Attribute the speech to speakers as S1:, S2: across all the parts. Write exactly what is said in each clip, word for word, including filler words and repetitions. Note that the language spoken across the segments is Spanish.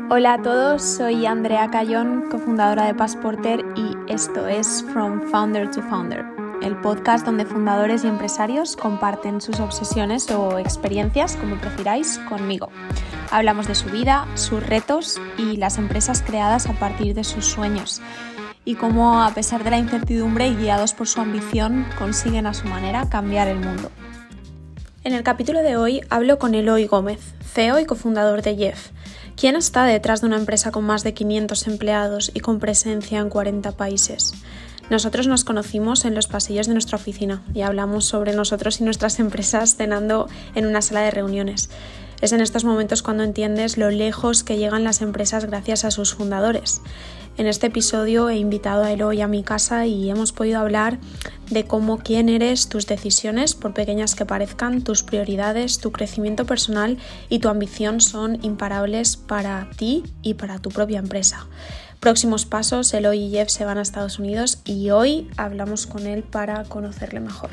S1: Hola a todos, soy Andrea Cayón, cofundadora de Passporter, y esto es From Founder to Founder, el podcast donde fundadores y empresarios comparten sus obsesiones o experiencias, como prefiráis, conmigo. Hablamos de su vida, sus retos y las empresas creadas a partir de sus sueños, y cómo, a pesar de la incertidumbre y guiados por su ambición, consiguen a su manera cambiar el mundo. En el capítulo de hoy hablo con Eloy Gómez, C E O y cofundador de Jeff. ¿Quién está detrás de una empresa con más de quinientos empleados y con presencia en cuarenta países? Nosotros nos conocimos en los pasillos de nuestra oficina y hablamos sobre nosotros y nuestras empresas cenando en una sala de reuniones. Es en estos momentos cuando entiendes lo lejos que llegan las empresas gracias a sus fundadores. En este episodio he invitado a Eloy a mi casa y hemos podido hablar de cómo quién eres, tus decisiones, por pequeñas que parezcan, tus prioridades, tu crecimiento personal y tu ambición son imparables para ti y para tu propia empresa. Próximos pasos, Eloy y Jeff se van a Estados Unidos y hoy hablamos con él para conocerle mejor.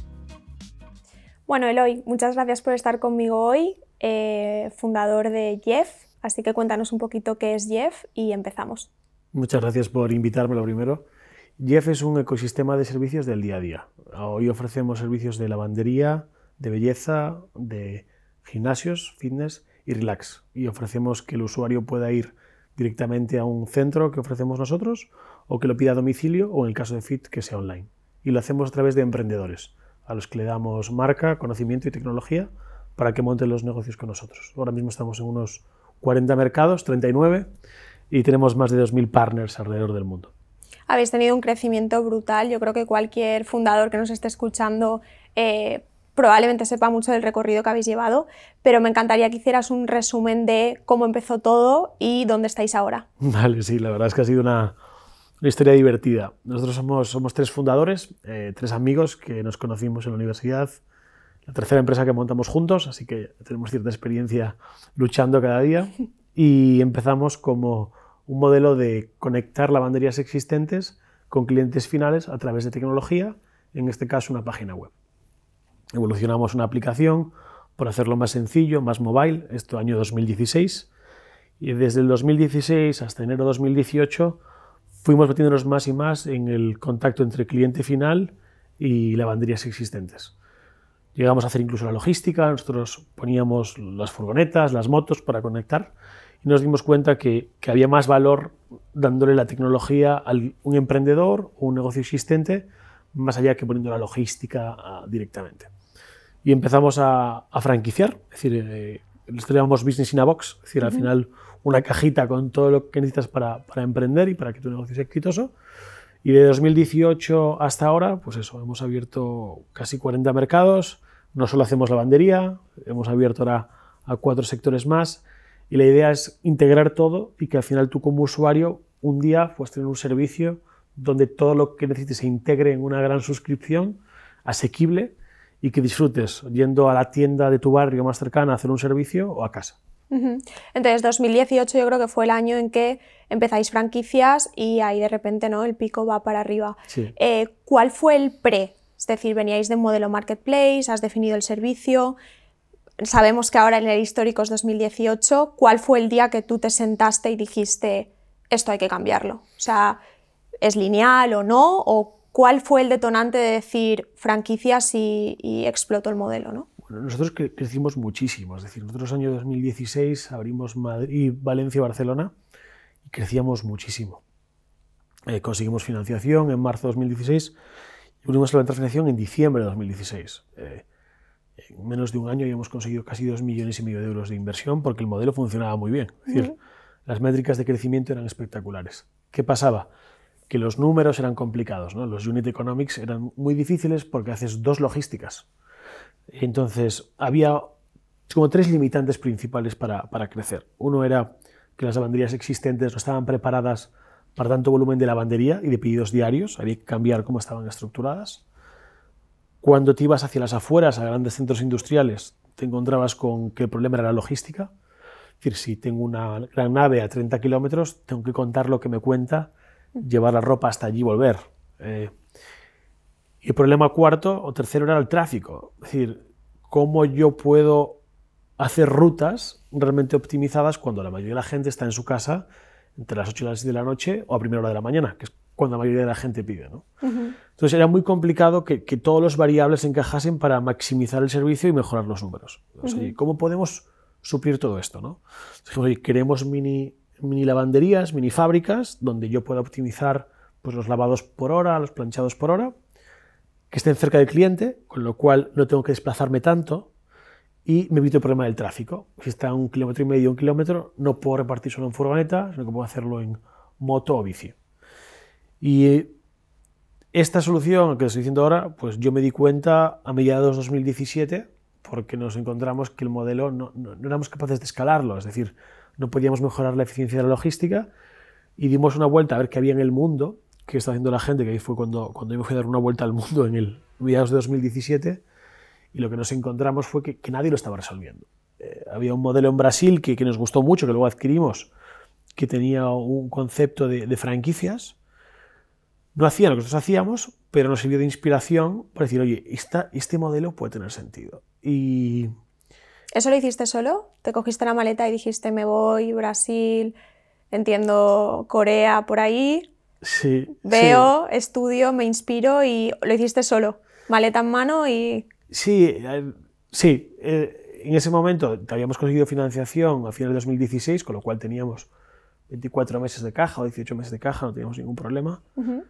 S1: Bueno, Eloy, muchas gracias por estar conmigo hoy, eh, fundador de Jeff, así que cuéntanos un poquito qué es Jeff y empezamos.
S2: Muchas gracias por invitarme, lo primero. Jeff es un ecosistema de servicios del día a día. Hoy ofrecemos servicios de lavandería, de belleza, de gimnasios, fitness y relax. Y ofrecemos que el usuario pueda ir directamente a un centro que ofrecemos nosotros o que lo pida a domicilio o, en el caso de Fit, que sea online. Y lo hacemos a través de emprendedores, a los que le damos marca, conocimiento y tecnología para que monten los negocios con nosotros. Ahora mismo estamos en unos cuarenta mercados, treinta y nueve, y tenemos más de dos mil partners alrededor del mundo.
S1: Habéis tenido un crecimiento brutal. Yo creo que cualquier fundador que nos esté escuchando eh, probablemente sepa mucho del recorrido que habéis llevado, pero me encantaría que hicieras un resumen de cómo empezó todo y dónde estáis ahora.
S2: Vale, sí, la verdad es que ha sido una, una historia divertida. Nosotros somos, somos tres fundadores, eh, tres amigos que nos conocimos en la universidad, la tercera empresa que montamos juntos, así que tenemos cierta experiencia luchando cada día, y empezamos como un modelo de conectar lavanderías existentes con clientes finales a través de tecnología, en este caso una página web. Evolucionamos una aplicación por hacerlo más sencillo, más mobile, esto año dos mil dieciséis, y desde el dos mil dieciséis hasta enero de dos mil dieciocho fuimos metiéndonos más y más en el contacto entre cliente final y lavanderías existentes. Llegamos a hacer incluso la logística, nosotros poníamos las furgonetas, las motos para conectar, y nos dimos cuenta que, que había más valor dándole la tecnología a un emprendedor o un negocio existente, más allá que poniendo la logística uh, directamente. Y empezamos a, a franquiciar, es decir, eh, esto llamamos Business in a Box, es decir, uh-huh. Al final una cajita con todo lo que necesitas para, para emprender y para que tu negocio sea exitoso. Y de dos mil dieciocho hasta ahora, pues eso, hemos abierto casi cuarenta mercados, no solo hacemos lavandería, hemos abierto ahora a cuatro sectores más, y la idea es integrar todo y que al final tú como usuario un día puedas tener un servicio donde todo lo que necesites se integre en una gran suscripción asequible y que disfrutes yendo a la tienda de tu barrio más cercana a hacer un servicio o a casa.
S1: Uh-huh. Entonces dos mil dieciocho yo creo que fue el año en que empezáis franquicias y ahí de repente, ¿no?, el pico va para arriba.
S2: Sí.
S1: Eh, ¿Cuál fue el pre? Es decir, veníais de un modelo marketplace, has definido el servicio. Sabemos que ahora en el histórico es dos mil dieciocho. ¿Cuál fue el día que tú te sentaste y dijiste, esto hay que cambiarlo? O sea, ¿es lineal o no? ¿O cuál fue el detonante de decir franquicias y, y explotó el modelo, ¿no?
S2: Bueno, nosotros cre- crecimos muchísimo. Es decir, nosotros en el año dos mil dieciséis abrimos Madrid, Valencia y Barcelona y crecíamos muchísimo. Eh, conseguimos financiación en marzo de dos mil dieciséis y volvimos a levantar financiación en diciembre de dos mil dieciséis. Eh, En menos de un año habíamos conseguido casi dos millones y medio de euros de inversión porque el modelo funcionaba muy bien. Es decir, uh-huh. Las métricas de crecimiento eran espectaculares. ¿Qué pasaba? Que los números eran complicados, ¿no? Los unit economics eran muy difíciles porque haces dos logísticas. Entonces, había como tres limitantes principales para, para crecer. Uno era que las lavanderías existentes no estaban preparadas para tanto volumen de lavandería y de pedidos diarios. Había que cambiar cómo estaban estructuradas. Cuando te ibas hacia las afueras, a grandes centros industriales, te encontrabas con que el problema era la logística. Es decir, si tengo una gran nave a treinta kilómetros, tengo que contar lo que me cuenta, llevar la ropa hasta allí y volver. Eh, y el problema cuarto o tercero era el tráfico. Es decir, cómo yo puedo hacer rutas realmente optimizadas cuando la mayoría de la gente está en su casa entre las ocho y las diez de la noche o a primera hora de la mañana, que es cuando la mayoría de la gente pide, ¿no? Uh-huh. Entonces era muy complicado que, que todos los variables encajasen para maximizar el servicio y mejorar los números. O sea, uh-huh. ¿Cómo podemos suplir todo esto, ¿no? Dijimos, oye, queremos mini, mini lavanderías, mini fábricas, donde yo pueda optimizar pues, los lavados por hora, los planchados por hora, que estén cerca del cliente, con lo cual no tengo que desplazarme tanto y me evito el problema del tráfico. Si está a un kilómetro y medio, un kilómetro, no puedo repartir solo en furgoneta, sino que puedo hacerlo en moto o bici. Y esta solución que estoy diciendo ahora, pues yo me di cuenta a mediados de dos mil diecisiete, porque nos encontramos que el modelo no, no, no éramos capaces de escalarlo, es decir, no podíamos mejorar la eficiencia de la logística y dimos una vuelta a ver qué había en el mundo, qué está haciendo la gente, que ahí fue cuando, cuando yo me fui a dar una vuelta al mundo en el mediados de dos mil diecisiete, y lo que nos encontramos fue que, que nadie lo estaba resolviendo. Eh, había un modelo en Brasil que, que nos gustó mucho, que luego adquirimos, que tenía un concepto de, de franquicias. No hacían lo que nosotros hacíamos, pero nos sirvió de inspiración para decir, oye, esta, este modelo puede tener sentido. Y...
S1: ¿Eso lo hiciste solo? ¿Te cogiste la maleta y dijiste, me voy, Brasil, entiendo, Corea, por ahí?
S2: Sí.
S1: Veo,
S2: sí.
S1: estudio, me inspiro y lo hiciste solo, maleta en mano y...
S2: Sí, eh, sí. Eh, en ese momento habíamos conseguido financiación a finales de dos mil dieciséis, con lo cual teníamos veinticuatro meses de caja o dieciocho meses de caja, no teníamos ningún problema. Uh-huh.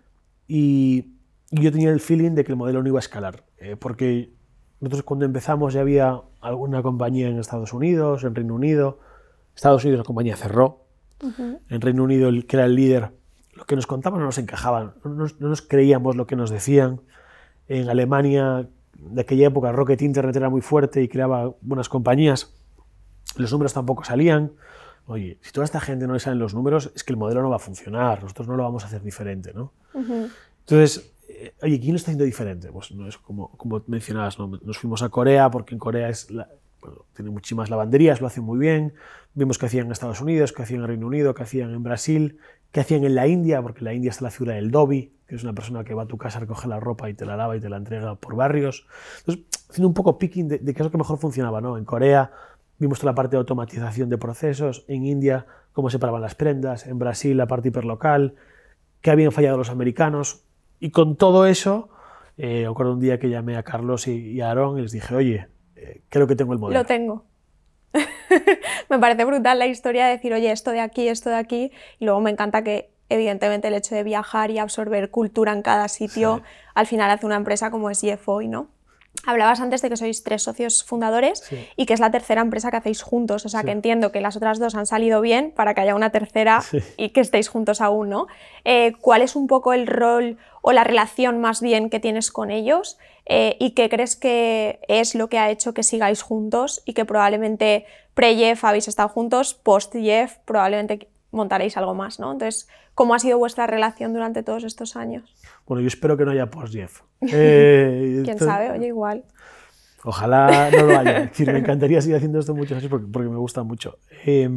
S2: Y, y yo tenía el feeling de que el modelo no iba a escalar, eh, porque nosotros cuando empezamos ya había alguna compañía en Estados Unidos, en Reino Unido. Estados Unidos la compañía cerró. Uh-huh. En Reino Unido, el que era el líder, lo que nos contaban no nos encajaban, no nos, no nos creíamos lo que nos decían. En Alemania, de aquella época, Rocket Internet era muy fuerte y creaba buenas compañías. Los números tampoco salían. Oye, si toda esta gente no le salen los números, es que el modelo no va a funcionar, nosotros no lo vamos a hacer diferente, ¿no? Uh-huh. Entonces, eh, oye, ¿quién lo está haciendo diferente? Pues no es como, como mencionabas, ¿no? Nos fuimos a Corea porque en Corea es la, bueno, tiene muchísimas lavanderías, lo hacen muy bien. Vimos que hacían en Estados Unidos, que hacían en Reino Unido, que hacían en Brasil, que hacían en la India, porque en la India está la figura del Dobi, que es una persona que va a tu casa, recoge la ropa y te la lava y te la entrega por barrios. Entonces, haciendo un poco picking de, de qué es lo que mejor funcionaba, ¿no? En Corea vimos toda la parte de automatización de procesos, en India cómo separaban las prendas, en Brasil la parte hiperlocal, qué habían fallado los americanos. Y con todo eso, eh, recuerdo un día que llamé a Carlos y, y a Aarón y les dije, oye, eh, creo que tengo el modelo.
S1: Lo tengo. Me parece brutal la historia de decir, oye, esto de aquí, esto de aquí, y luego me encanta que, evidentemente, el hecho de viajar y absorber cultura en cada sitio, sí. Al final hace una empresa como es Jeff hoy, ¿no? Hablabas antes de que sois tres socios fundadores, sí. Y que es la tercera empresa que hacéis juntos, o sea, sí. Que entiendo que las otras dos han salido bien para que haya una tercera, sí. Y que estéis juntos aún, ¿no? Eh, ¿Cuál es un poco el rol o la relación más bien que tienes con ellos? Eh, ¿Y qué crees que es lo que ha hecho que sigáis juntos y que probablemente pre-Jeff habéis estado juntos, post-Jeff probablemente montaréis algo más, ¿no? Entonces, ¿cómo ha sido vuestra relación durante todos estos años?
S2: Bueno, yo espero que no haya post-Jeff. Eh,
S1: ¿Quién sabe? Oye, igual.
S2: Ojalá no lo haya. Es decir, me encantaría seguir haciendo esto muchos años porque, porque me gusta mucho. Eh,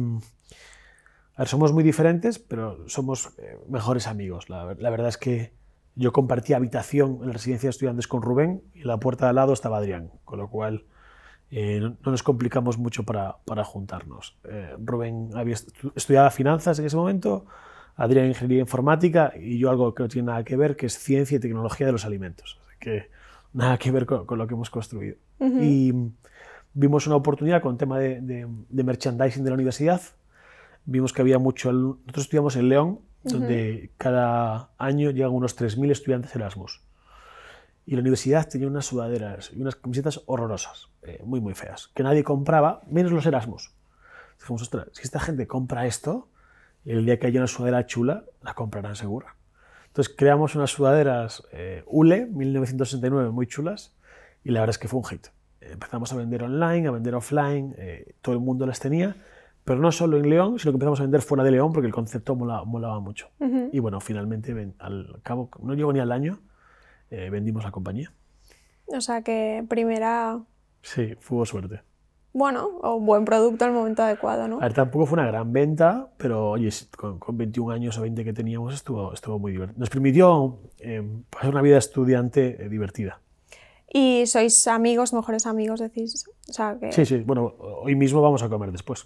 S2: a ver, somos muy diferentes, pero somos eh, mejores amigos. La, la verdad es que yo compartía habitación en la residencia de estudiantes con Rubén y en la puerta de al lado estaba Adrián, con lo cual eh, no, no nos complicamos mucho para, para juntarnos. Eh, Rubén había estu estudiaba finanzas en ese momento, Adrián ingeniería informática y yo algo que no tiene nada que ver, que es ciencia y tecnología de los alimentos. Así que nada que ver con, con lo que hemos construido. Uh-huh. Y vimos una oportunidad con el tema de, de, de merchandising de la universidad. Vimos que había mucho... Nosotros estudiamos en León, donde uh-huh. cada año llegan unos tres mil estudiantes Erasmus. Y la universidad tenía unas sudaderas y unas camisetas horrorosas, eh, muy muy feas, que nadie compraba, menos los Erasmus. Dijimos, ostras, si esta gente compra esto, el día que haya una sudadera chula, la comprarán seguro. Entonces creamos unas sudaderas eh, U L E, mil novecientos sesenta y nueve, muy chulas, y la verdad es que fue un hit. Empezamos a vender online, a vender offline, eh, todo el mundo las tenía, pero no solo en León, sino que empezamos a vender fuera de León porque el concepto mola, molaba mucho. Uh-huh. Y bueno, finalmente, ven, al cabo, no llegó ni al año, eh, vendimos la compañía.
S1: O sea que primera...
S2: Sí, hubo suerte.
S1: Bueno, o buen producto al momento adecuado, ¿no?
S2: A ver, tampoco fue una gran venta, pero oye, con, con veintiún años o veinte que teníamos estuvo, estuvo muy divertido. Nos permitió eh, pasar una vida de estudiante eh, divertida.
S1: ¿Y sois amigos, mejores amigos, decís? O sea, que...
S2: Sí, sí. Bueno, hoy mismo vamos a comer después.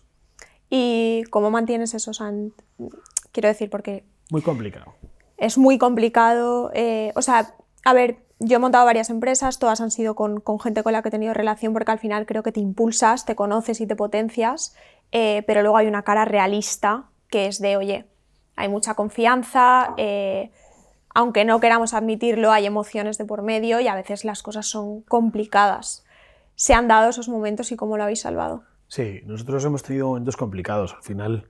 S1: ¿Y cómo mantienes eso? O sea, quiero decir, porque...
S2: Muy complicado.
S1: Es muy complicado. Eh, o sea, a ver, yo he montado varias empresas, todas han sido con, con gente con la que he tenido relación, porque al final creo que te impulsas, te conoces y te potencias, eh, pero luego hay una cara realista que es de, oye, hay mucha confianza, eh, aunque no queramos admitirlo, hay emociones de por medio y a veces las cosas son complicadas. ¿Se han dado esos momentos y cómo lo habéis salvado?
S2: Sí, nosotros hemos tenido momentos complicados. Al final,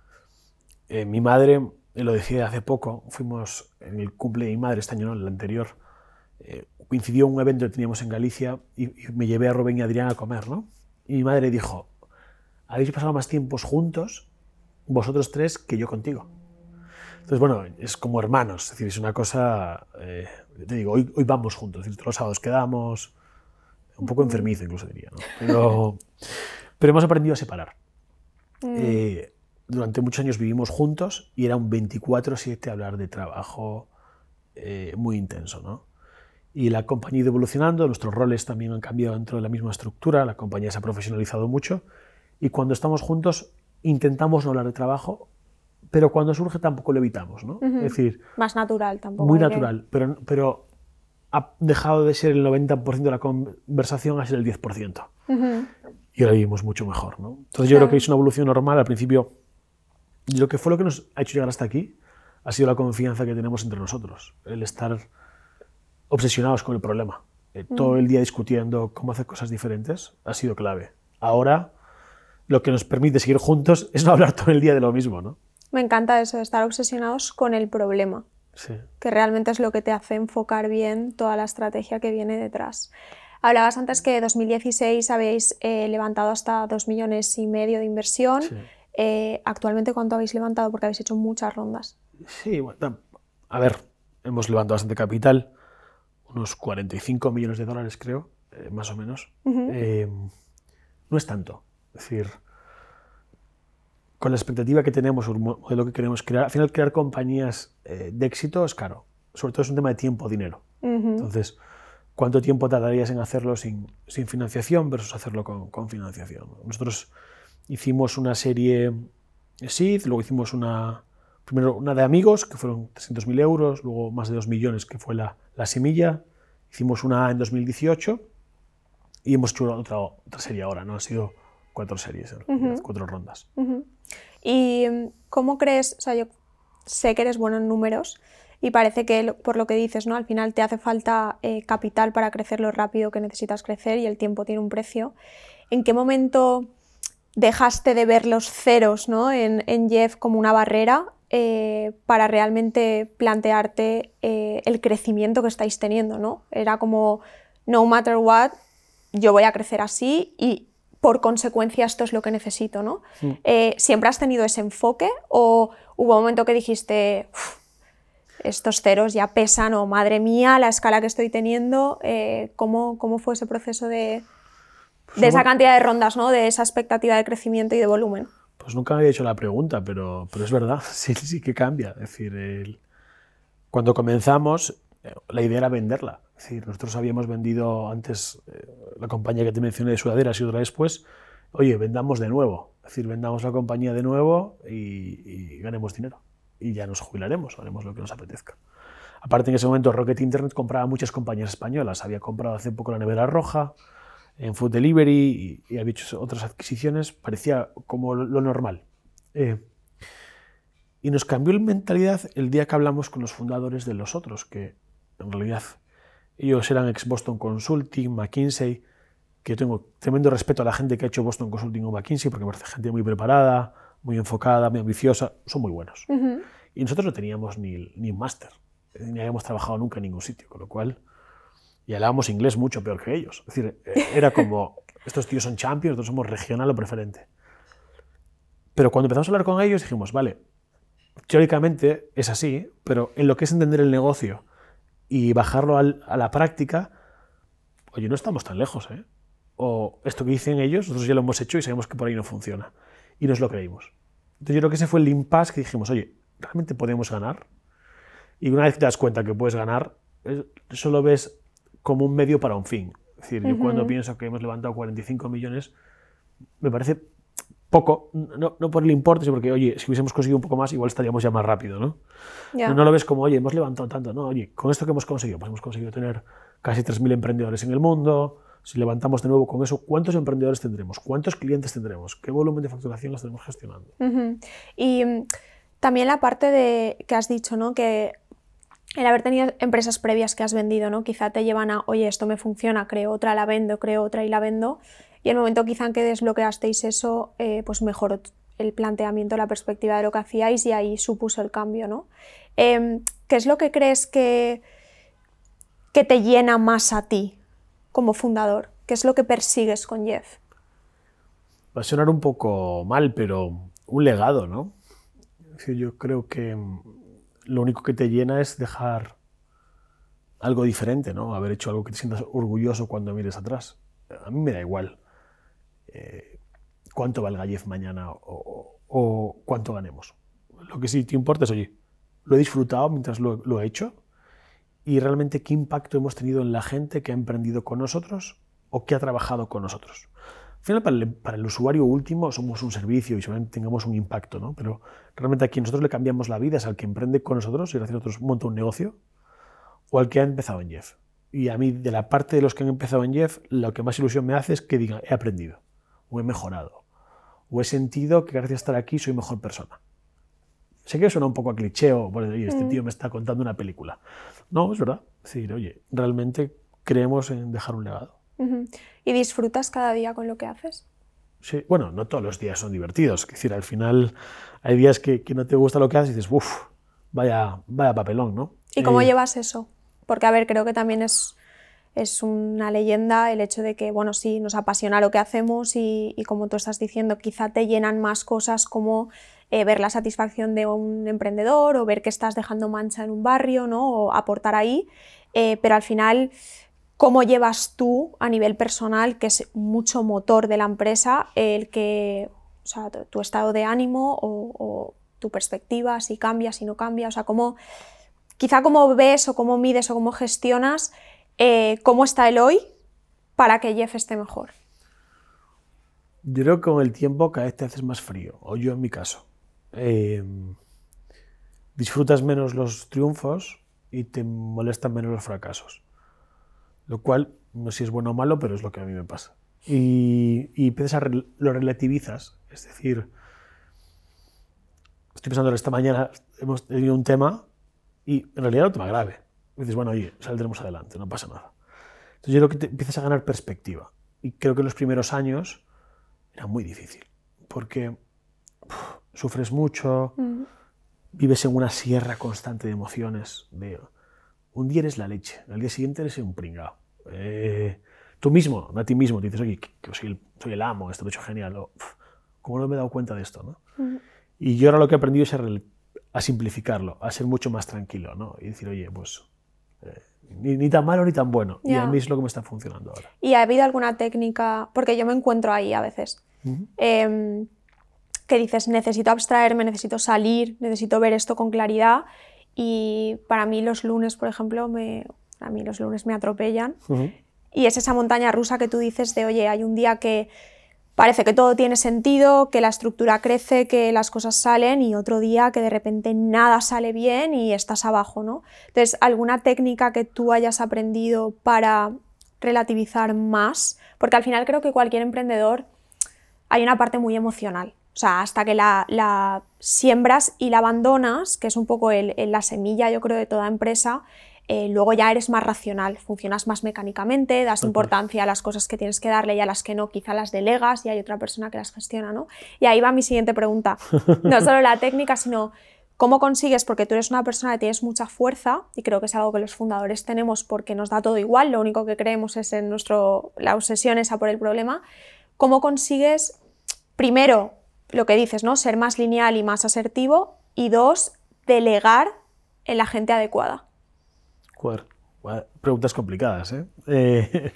S2: eh, mi madre, lo decía hace poco, fuimos en el cumple de mi madre este año, no, el anterior, eh, coincidió un evento que teníamos en Galicia y, y me llevé a Rubén y a Adrián a comer, ¿no? Y mi madre dijo, habéis pasado más tiempos juntos, vosotros tres, que yo contigo. Entonces, bueno, es como hermanos, es decir, es una cosa, eh, te digo, hoy, hoy vamos juntos, es decir, todos los sábados quedamos, un poco enfermizo incluso diría, ¿no? Pero, pero hemos aprendido a separar. Mm. Eh, durante muchos años vivimos juntos y era un veinticuatro siete hablar de trabajo eh, muy intenso, ¿no? Y la compañía ha ido evolucionando, nuestros roles también han cambiado dentro de la misma estructura, la compañía se ha profesionalizado mucho y cuando estamos juntos intentamos no hablar de trabajo, pero cuando surge tampoco lo evitamos, ¿no?
S1: Uh-huh.
S2: Es decir,
S1: más natural tampoco.
S2: Muy natural, que... pero, pero ha dejado de ser el noventa por ciento de la conversación a ser el diez por ciento. Uh-huh. Y ahora vivimos mucho mejor, ¿no? Entonces claro. Yo creo que es una evolución normal. Al principio, lo que fue lo que nos ha hecho llegar hasta aquí ha sido la confianza que tenemos entre nosotros, el estar obsesionados con el problema. Eh, uh-huh. Todo el día discutiendo cómo hacer cosas diferentes ha sido clave. Ahora, lo que nos permite seguir juntos es no hablar todo el día de lo mismo, ¿no?
S1: Me encanta eso, de estar obsesionados con el problema,
S2: sí.
S1: que realmente es lo que te hace enfocar bien toda la estrategia que viene detrás. Hablabas antes que en dos mil dieciséis habéis eh, levantado hasta dos millones y medio de inversión.
S2: Sí.
S1: Eh, ¿Actualmente cuánto habéis levantado? Porque habéis hecho muchas rondas.
S2: Sí, bueno, a ver, hemos levantado bastante capital, unos cuarenta y cinco millones de dólares creo, eh, más o menos. Uh-huh. eh, no es tanto, es decir... Con la expectativa que tenemos, un modelo que queremos crear, al final crear compañías eh, de éxito es caro. Sobre todo es un tema de tiempo, dinero. Uh-huh. Entonces, ¿cuánto tiempo tardarías en hacerlo sin, sin financiación versus hacerlo con, con financiación? Nosotros hicimos una serie seed, luego hicimos una, primero una de amigos, que fueron trescientos mil euros, luego más de dos millones, que fue la, la semilla. Hicimos una A en dos mil dieciocho y hemos hecho otra, otra serie ahora, ¿no? Han sido cuatro series, uh-huh. cuatro rondas.
S1: Uh-huh. ¿Y cómo crees? O sea, yo sé que eres bueno en números y parece que, por lo que dices, ¿no? Al final te hace falta eh, capital para crecer lo rápido que necesitas crecer y el tiempo tiene un precio. ¿En qué momento dejaste de ver los ceros, ¿no? en, en Jeff como una barrera eh, para realmente plantearte eh, el crecimiento que estáis teniendo, ¿no? Era como, no matter what, yo voy a crecer así y por consecuencia esto es lo que necesito, ¿no? Sí. Eh, ¿Siempre has tenido ese enfoque o hubo un momento que dijiste, estos ceros ya pesan o madre mía, la escala que estoy teniendo? Eh, ¿cómo, ¿Cómo fue ese proceso de, pues de esa cantidad de rondas, ¿no? De esa expectativa de crecimiento y de volumen?
S2: Pues nunca me había hecho la pregunta, pero, pero es verdad, sí, sí que cambia. Es decir, el... cuando comenzamos, la idea era venderla. Es decir, nosotros habíamos vendido antes eh, la compañía que te mencioné de sudaderas y otra después, oye, vendamos de nuevo. Es decir, vendamos la compañía de nuevo y, y ganemos dinero. Y ya nos jubilaremos, haremos lo que nos apetezca. Aparte, en ese momento Rocket Internet compraba muchas compañías españolas. Había comprado hace poco la Nevera Roja, en Food Delivery y, y había hecho otras adquisiciones. Parecía como lo, lo normal. Eh, y nos cambió la mentalidad el día que hablamos con los fundadores de los otros, que en realidad ellos eran ex Boston Consulting, McKinsey, que yo tengo tremendo respeto a la gente que ha hecho Boston Consulting o McKinsey, porque me parece gente muy preparada, muy enfocada, muy ambiciosa, son muy buenos. Uh-huh. Y nosotros no teníamos ni, ni un máster, ni habíamos trabajado nunca en ningún sitio, con lo cual, y hablábamos inglés mucho peor que ellos. Es decir, era como, estos tíos son champions, nosotros somos regional o preferente. Pero cuando empezamos a hablar con ellos dijimos, vale, teóricamente es así, pero en lo que es entender el negocio y bajarlo al, a la práctica, oye, no estamos tan lejos, ¿eh? O esto que dicen ellos, nosotros ya lo hemos hecho y sabemos que por ahí no funciona. Y nos lo creímos. Entonces yo creo que ese fue el impasse que dijimos, oye, ¿realmente podemos ganar? Y una vez que te das cuenta que puedes ganar, eso lo ves como un medio para un fin. Es decir, yo
S1: Uh-huh.
S2: cuando pienso que hemos levantado cuarenta y cinco millones, me parece poco, no, no por el importe, sino porque, oye, si hubiésemos conseguido un poco más, igual estaríamos ya más rápido, ¿no?
S1: Yeah.
S2: No, no lo ves como, oye, hemos levantado tanto, no, oye, con esto que hemos conseguido, pues hemos conseguido tener casi tres mil emprendedores en el mundo. Si levantamos de nuevo con eso, ¿cuántos emprendedores tendremos? ¿Cuántos clientes tendremos? ¿Qué volumen de facturación los tenemos gestionando?
S1: Uh-huh. Y um, también la parte de que has dicho, ¿no? Que el haber tenido empresas previas que has vendido, ¿no? Quizá te llevan a, oye, esto me funciona, creo otra, la vendo, creo otra y la vendo. Y el momento quizá en que desbloqueasteis eso, eh, pues mejoró el planteamiento, la perspectiva de lo que hacíais y ahí supuso el cambio, ¿no? Eh, ¿Qué es lo que crees que, que te llena más a ti como fundador? ¿Qué es lo que persigues con Jeff?
S2: Va a sonar un poco mal, pero un legado, ¿no? Es decir, yo creo que lo único que te llena es dejar algo diferente, ¿no? Haber hecho algo que te sientas orgulloso cuando mires atrás. A mí me da igual eh, cuánto valga Jeff mañana o, o, o cuánto ganemos. Lo que sí te importa es, oye, lo he disfrutado mientras lo, lo he hecho y realmente qué impacto hemos tenido en la gente que ha emprendido con nosotros o que ha trabajado con nosotros. Al final, para el, para el usuario último somos un servicio y seguramente tengamos un impacto, ¿no? Pero realmente a quien nosotros le cambiamos la vida es al que emprende con nosotros y gracias a nosotros monta un negocio o al que ha empezado en Jeff. Y a mí, de la parte de los que han empezado en Jeff, lo que más ilusión me hace es que digan, he aprendido, o he mejorado, o he sentido que gracias a estar aquí soy mejor persona. Sé que suena un poco a cliché, o bueno, oye, este tío me está contando una película. No, es verdad. Es decir, oye, realmente creemos en dejar un legado.
S1: Uh-huh. ¿Y disfrutas cada día con lo que haces?
S2: Sí, bueno, no todos los días son divertidos. Es decir, al final hay días que, que no te gusta lo que haces y dices, uff, vaya, vaya papelón, ¿no?
S1: ¿Y cómo
S2: eh,
S1: llevas eso? Porque, a ver, creo que también es, es una leyenda el hecho de que, bueno, sí, nos apasiona lo que hacemos y, y como tú estás diciendo, quizá te llenan más cosas como eh, ver la satisfacción de un emprendedor o ver que estás dejando mancha en un barrio, ¿no? O aportar ahí, eh, pero al final, ¿cómo llevas tú a nivel personal, que es mucho motor de la empresa, el que, o sea, tu, tu estado de ánimo o, o tu perspectiva, si cambia, si no cambia, o sea, cómo... Quizá cómo ves o cómo mides o cómo gestionas eh, cómo está el hoy para que Jeff esté mejor.
S2: Yo creo que con el tiempo cada vez te haces más frío, o yo en mi caso. Eh, disfrutas menos los triunfos y te molestan menos los fracasos. Lo cual, no sé si es bueno o malo, pero es lo que a mí me pasa. Y, y empiezas a re, lo relativizas. Es decir, estoy pensando esta mañana, hemos tenido un tema y en realidad era un tema grave. Y dices, bueno, oye, saldremos adelante, no pasa nada. Entonces yo creo que te empiezas a ganar perspectiva. Y creo que en los primeros años era muy difícil, porque uf, sufres mucho, mm. vives en una sierra constante de emociones. De, un día eres la leche, al día siguiente eres un pringao. Eh, tú mismo, a ti mismo, te dices, oye, que, que soy, el, soy el amo, esto lo he hecho genial. O, uf, ¿cómo no me he dado cuenta de esto? ¿No? Mm. Y yo ahora lo que he aprendido es a, a simplificarlo, a ser mucho más tranquilo, ¿no? Y decir, oye, pues... Eh, Ni, ni tan malo ni tan bueno. Yeah. Y a mí es lo que me está funcionando ahora.
S1: ¿Y ha habido alguna técnica? Porque yo me encuentro ahí a veces. Uh-huh. eh, que dices, necesito abstraerme, necesito salir, necesito ver esto con claridad. Y para mí los lunes, por ejemplo, me, a mí los lunes me atropellan. Uh-huh. Y es esa montaña rusa que tú dices de, oye, hay un día que parece que todo tiene sentido, que la estructura crece, que las cosas salen, y otro día que de repente nada sale bien y estás abajo, ¿no? Entonces, ¿alguna técnica que tú hayas aprendido para relativizar más? Porque al final creo que cualquier emprendedor hay una parte muy emocional. O sea, hasta que la, la siembras y la abandonas, que es un poco el, el, la semilla, yo creo, de toda empresa, Eh, luego ya eres más racional, funcionas más mecánicamente, das okay. importancia a las cosas que tienes que darle y a las que no, quizá las delegas y hay otra persona que las gestiona, ¿no? Y ahí va mi siguiente pregunta. No solo la técnica, sino cómo consigues, porque tú eres una persona que tienes mucha fuerza y creo que es algo que los fundadores tenemos porque nos da todo igual, lo único que creemos es en nuestro, la obsesión esa por el problema. ¿Cómo consigues, primero, lo que dices, ¿no? Ser más lineal y más asertivo y dos, delegar en la gente adecuada?
S2: Joder, preguntas complicadas, ¿eh? eh,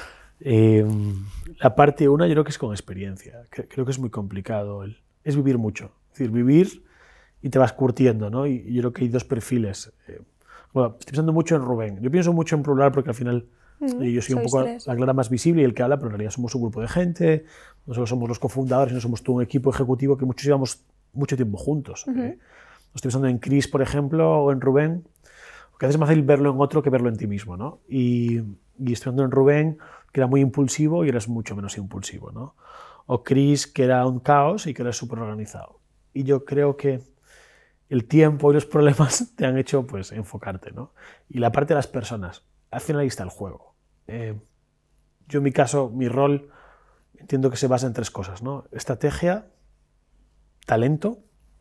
S2: eh la parte una yo creo que es con experiencia. Creo que es muy complicado. El, es vivir mucho. Es decir, vivir y te vas curtiendo, ¿no? Y yo creo que hay dos perfiles. Eh, bueno, estoy pensando mucho en Rubén. Yo pienso mucho en plural porque al final Mm, y yo soy un poco tres. la cara más visible y el que habla, pero en realidad somos un grupo de gente, nosotros somos los cofundadores y no somos todo un equipo ejecutivo que muchos llevamos mucho tiempo juntos. Uh-huh. ¿eh? Estoy pensando en Chris, por ejemplo, o en Rubén, porque a veces es más fácil verlo en otro que verlo en ti mismo, ¿no? Y, y estoy pensando en Rubén, que era muy impulsivo y eres mucho menos impulsivo, ¿no? O Chris, que era un caos y que eres súper organizado. Y yo creo que el tiempo y los problemas te han hecho pues, enfocarte, ¿no? Y la parte de las personas, al final ahí está el juego. Eh, yo en mi caso, mi rol, entiendo que se basa en tres cosas, ¿no? Estrategia, talento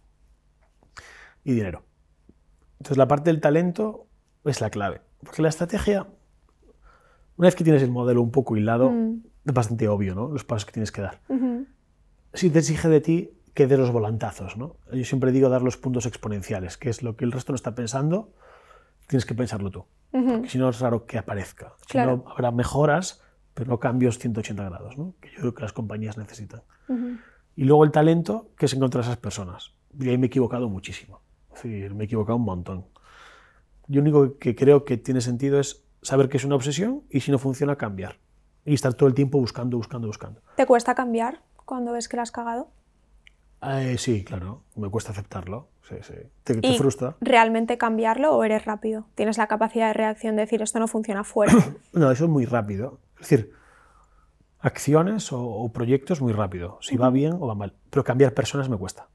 S2: y dinero. Entonces la parte del talento es la clave, porque la estrategia, una vez que tienes el modelo un poco hilado, mm. es bastante obvio, ¿no? Los pasos que tienes que dar. Uh-huh. Sí te exige de ti que des los volantazos, ¿no? Yo siempre digo dar los puntos exponenciales, que es lo que el resto no está pensando, tienes que pensarlo tú, uh-huh. porque si no es raro que aparezca.
S1: Claro.
S2: Si no, habrá mejoras, pero no cambios ciento ochenta grados, ¿no? Que yo creo que las compañías necesitan. Uh-huh. Y luego el talento, que es encontrar a esas personas. Y ahí me he equivocado muchísimo. Es decir, me he equivocado un montón. Yo lo único que creo que tiene sentido es saber que es una obsesión y si no funciona, cambiar. Y estar todo el tiempo buscando, buscando, buscando.
S1: ¿Te cuesta cambiar cuando ves que la has cagado?
S2: Eh, sí, claro. Me cuesta aceptarlo. Sí, sí. ¿Te, te frustra?
S1: ¿Realmente cambiarlo o eres rápido? ¿Tienes la capacidad de reacción de decir esto no funciona fuera?
S2: No, eso es muy rápido. Es decir, acciones o, o proyectos muy rápido. Si uh-huh. va bien o va mal. Pero cambiar personas me cuesta.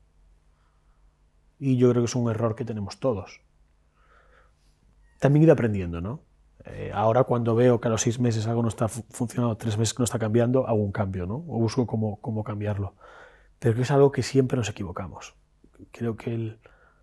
S2: Y yo creo que es un error que tenemos todos. También he ido aprendiendo, ¿no? Eh, ahora cuando veo que a los seis meses algo no está fu- funcionando, tres meses que no está cambiando, hago un cambio, ¿no? O busco cómo, cómo cambiarlo. Pero que es algo que siempre nos equivocamos. Creo que el...